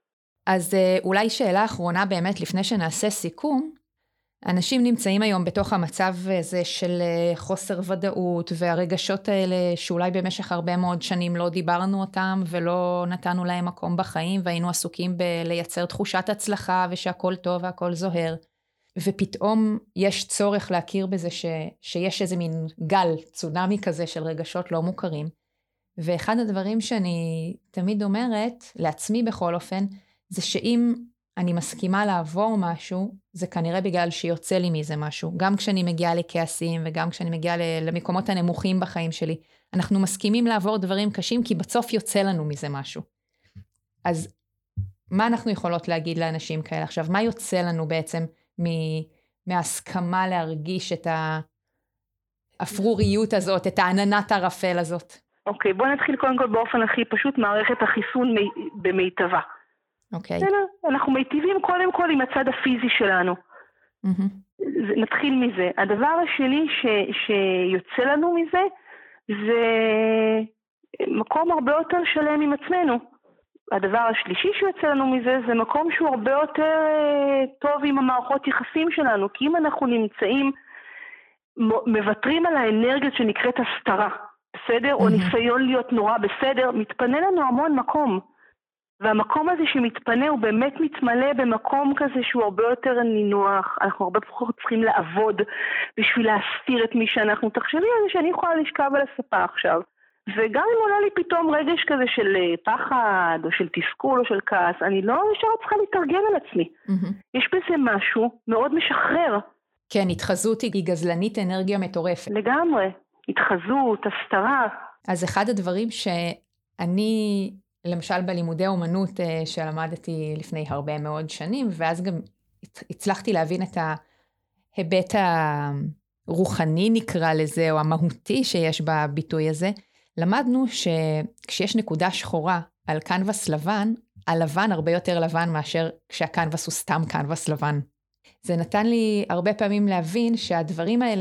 אז אולי שאלה אחרונה באמת, לפני שנעשה סיכום, אנשים נמצאים היום בתוך המצב הזה של חוסר ודאות, והרגשות האלה שאולי במשך הרבה מאוד שנים לא דיברנו אותם, ולא נתנו להם מקום בחיים, והיינו עסוקים בלייצר תחושת הצלחה, ושהכל טוב והכל זוהר. ופתאום יש צורך להכיר בזה שיש איזה מין גל, צונמי כזה של רגשות לא מוכרים. ואחד הדברים שאני תמיד אומרת, לעצמי בכל אופן, זה שאם אני מסכימה לעבור משהו, זה כנראה בגלל שיוצא לי מזה משהו. גם כשאני מגיעה לכעסים וגם כשאני מגיעה למקומות הנמוכים בחיים שלי, אנחנו מסכימים לעבור דברים קשים כי בסוף יוצא לנו מזה משהו. אז מה אנחנו יכולות להגיד לאנשים כאלה? עכשיו, מה יוצא לנו בעצם מההסכמה להרגיש את האפרוריות הזאת, את העננת הרפל הזאת? אוקיי, בוא נתחיל קודם כל באופן הכי פשוט, מערכת החיסון במיטבה. אוקיי. אנחנו מיטיבים קודם כל עם הצד הפיזי שלנו. נתחיל מזה. הדבר השני שיוצא לנו מזה, זה מקום הרבה יותר שלם עם עצמנו. הדבר השלישי שיוצא לנו מזה זה מקום שהוא הרבה יותר טוב עם המערכות יחסים שלנו, כי אם אנחנו נמצאים, מוותרים על האנרגיה שנקראת הסתרה, בסדר? או ניסיון להיות נורא בסדר, מתפנה לנו המון מקום. והמקום הזה שמתפנה הוא באמת מתמלא במקום כזה שהוא הרבה יותר נינוח, אנחנו הרבה פחות צריכים לעבוד בשביל להסתיר את מי שאנחנו. תחשבי על זה שאני יכולה לשכב על הספה עכשיו, וגם אם עולה לי פתאום רגש כזה של פחד או של תסכול או של כעס, אני לא ישר צריכה להתארגן על עצמי. יש בזה משהו מאוד משחרר. כן, התחזות היא גזלנית אנרגיה מטורפת. לגמרי, התחזות, הסתרה. אז אחד הדברים שאני, למשל בלימודי אומנות שלמדתי לפני הרבה מאוד שנים, ואז גם הצלחתי להבין את ההיבט הרוחני נקרא לזה, או המהותי שיש בביטוי הזה, למדנו שכשיש נקודה שחורה על קנבס לבן, הלבן הרבה יותר לבן מאשר כשהקנבס הוא סתם קנבס לבן. זה נתן לי הרבה פעמים להבין שהדברים האלה,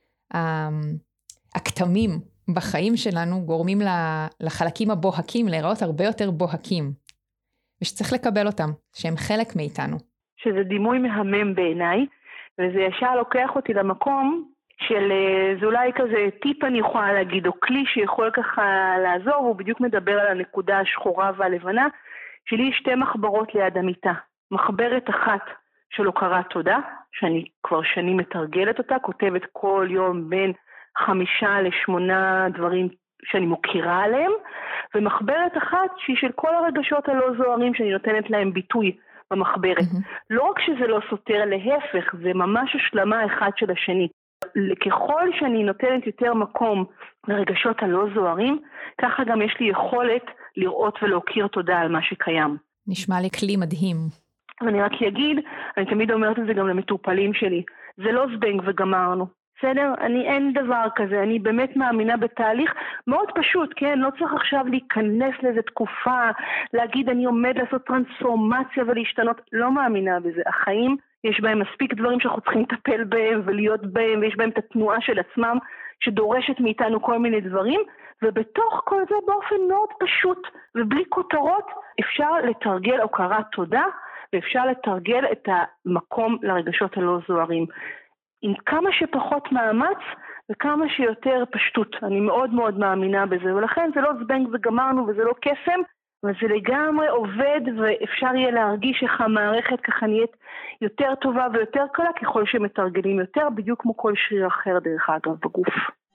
הכתמים בחיים שלנו, גורמים לחלקים הבוהקים להיראות הרבה יותר בוהקים. ושצריך לקבל אותם, שהם חלק מאיתנו. שזה דימוי מהמם בעיניי, וזה ישר לוקח אותי למקום של, זה אולי כזה טיפ אני יכולה להגיד, או כלי שיכול ככה לעזור, והוא בדיוק מדבר על הנקודה השחורה והלבנה, שלי יש 2 מחברות ליד המיטה. מחברת אחת של הוקרת תודה, שאני כבר שנים מתרגלת אותה, כותבת כל יום בין 5 ל8 דברים שאני מוכירה עליהם, ומחברת אחת שהיא של כל הרגשות הלא זוהרים שאני נותנת להם ביטוי במחברת. לא רק שזה לא סותר, להפך, זה ממש השלמה אחד של השני. ככל שאני נותנת יותר מקום לרגשות הלא זוהרים, ככה גם יש לי יכולת לראות ולהוקיר תודה על מה שקיים. נשמע לי כלי מדהים. ואני רק אגיד, אני תמיד אומרת את זה גם למטופלים שלי, זה לא זבנג וגמרנו. בסדר? אין דבר כזה, אני באמת מאמינה בתהליך מאוד פשוט, כן? לא צריך עכשיו להיכנס לאיזו תקופה, להגיד אני עומד לעשות טרנספורמציה ולהשתנות, לא מאמינה בזה. החיים, יש בהם מספיק דברים שאנחנו צריכים לטפל בהם ולהיות בהם, ויש בהם את התנועה של עצמם שדורשת מאיתנו כל מיני דברים, ובתוך כל זה באופן מאוד פשוט ובלי כותרות אפשר לתרגל הוקרת תודה, ואפשר לתרגל את המקום לרגשות הלא זוהרים. עם כמה שפחות מאמץ וכמה שיותר פשטות. אני מאוד מאוד מאמינה בזה, ולכן זה לא זבנג וגמרנו וזה לא קסם, אבל זה לגמרי עובד ואפשר יהיה להרגיש איך המערכת ככה נהיית יותר טובה ויותר קלה ככל שמתרגלים יותר, בדיוק כמו כל שריר אחר דרך אגב בגוף.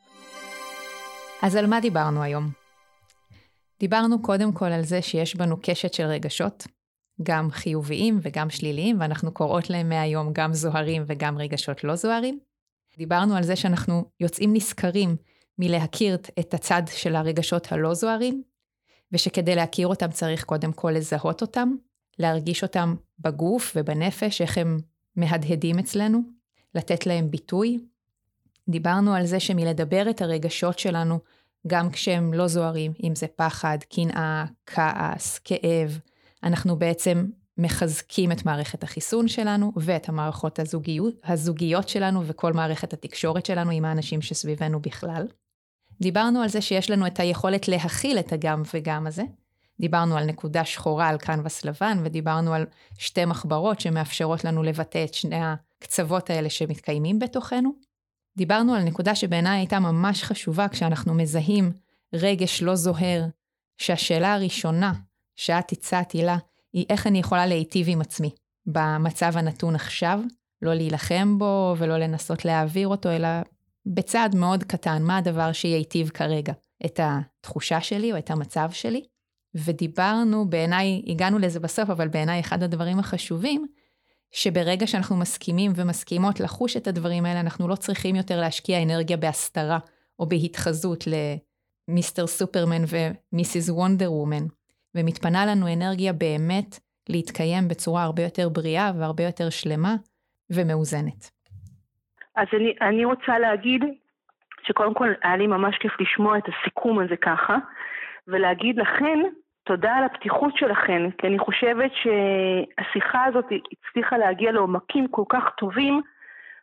אז על מה דיברנו היום? דיברנו קודם כל על זה שיש בנו קשת של רגשות, גם חיוביים וגם שליליים, ואנחנו קוראות להם מהיום גם זוהרים וגם רגשות לא זוהרים. דיברנו על זה שאנחנו יוצאים נזכרים מלהכיר את הצד של הרגשות הלא זוהרים, ושכדי להכיר אותם צריך קודם כל לזהות אותם, להרגיש אותם בגוף ובנפש, איך הם מהדהדים אצלנו, לתת להם ביטוי. דיברנו על זה שמלדבר את הרגשות שלנו, גם כשהם לא זוהרים, אם זה פחד, קנאה, כעס, כאב, אנחנו בעצם מחזקים את מערכת החיסון שלנו ואת המערכות הזוגיות שלנו וכל מערכת התקשורת שלנו עם האנשים שסביבנו בכלל. דיברנו על זה שיש לנו את היכולת להכיל את הגם וגם הזה. דיברנו על נקודה שחורה על קנבס לבן, ודיברנו על 2 מחברות שמאפשרות לנו לבטא את 2 הקצוות האלה שמתקיימים בתוכנו. דיברנו על נקודה שבעיניי הייתה ממש חשובה כשאנחנו מזהים רגש לא זוהר, שהשאלה הראשונה שאת הצעתי לה, היא איך אני יכולה להיטיב עם עצמי, במצב הנתון עכשיו, לא להילחם בו ולא לנסות להעביר אותו, אלא בצעד מאוד קטן, מה הדבר שיטיב כרגע, את התחושה שלי או את המצב שלי, ודיברנו, בעיניי, הגענו לזה בסוף, אבל בעיניי אחד הדברים החשובים, שברגע שאנחנו מסכימים ומסכימות לחוש את הדברים האלה, אנחנו לא צריכים יותר להשקיע אנרגיה בהסתרה, או בהתחזות למיסטר סופרמן ומיסיס וונדר וומן, ומתפנה לנו אנרגיה באמת להתקיים בצורה הרבה יותר בריאה והרבה יותר שלמה ומאוזנת. אז אני רוצה להגיד שקודם כל היה לי ממש כיף לשמוע את הסיכום הזה ככה, ולהגיד לכן תודה על הפתיחות שלכן, כי אני חושבת שהשיחה הזאת הצליחה להגיע לעומקים כל כך טובים,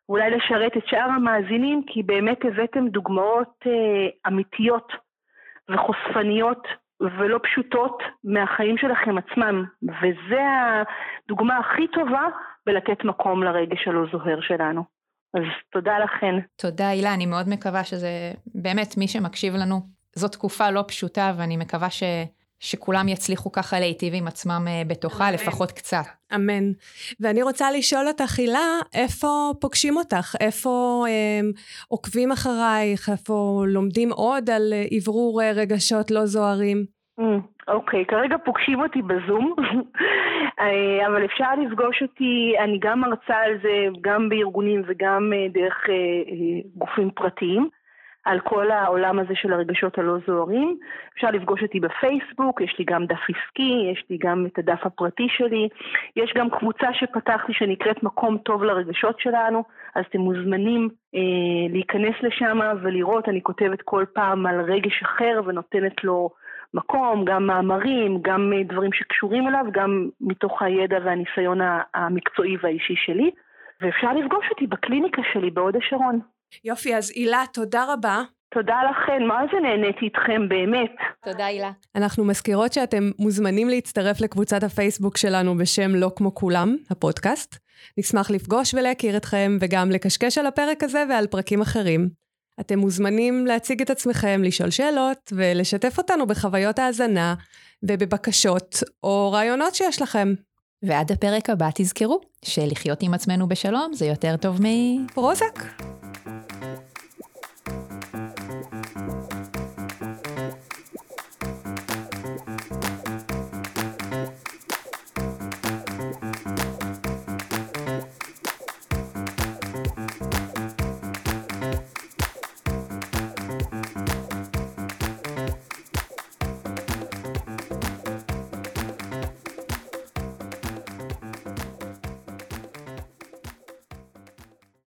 אולי לשרת את שאר המאזינים, כי באמת הבאתם דוגמאות אמיתיות וחושפניות ולא פשוטות מהחיים שלכם עצמם, וזה הדוגמה הכי טובה בלתת מקום לרגש הלא זוהר שלנו. אז תודה לכן. תודה הילה, אני מאוד מקווה שזה באמת מי שמקשיב לנו, זו תקופה לא פשוטה, ואני מקווה שכולם יצליחו ככה להיטיב עם עצמם בתוכה, לפחות קצת. אמן. ואני רוצה לשאול אותך, הילה, איפה פוגשים אותך? איפה עוקבים אחרייך? איפה לומדים עוד על עברור רגשות לא זוהרים? אוקיי, כרגע פוגשים אותי בזום, אבל אפשר לפגוש אותי, אני גם מרצה על זה, גם בארגונים וגם דרך גופים פרטיים, על כל העולם הזה של הרגשות הלא זוהרים. אפשר לפגוש אותי בפייסבוק, יש לי גם דף עסקי, יש לי גם את הדף הפרטי שלי, יש גם קבוצה שפתחתי שנקראת מקום טוב לרגשות שלנו, אז אתם מוזמנים להיכנס לשם ולראות, אני כותבת כל פעם על רגש אחר ונותנת לו מקום, גם מאמרים, גם דברים שקשורים אליו, גם מתוך הידע והניסיון המקצועי והאישי שלי, ואפשר לפגוש אותי בקליניקה שלי בהוד השרון. יופי, אז הילה, תודה רבה. תודה לכן, מה זה נהניתי איתכם באמת. תודה הילה. אנחנו מזכירות שאתם מוזמנים להצטרף לקבוצת הפייסבוק שלנו בשם לא כמו כולם, הפודקאסט. נשמח לפגוש ולהכיר אתכם וגם לקשקש על הפרק הזה ועל פרקים אחרים. אתם מוזמנים להציג את עצמכם, לשאול שאלות ולשתף אותנו בחוויות ההאזנה ובבקשות או רעיונות שיש לכם. ועד הפרק הבא תזכרו שלחיות עם עצמנו בשלום זה יותר טוב פרוזק.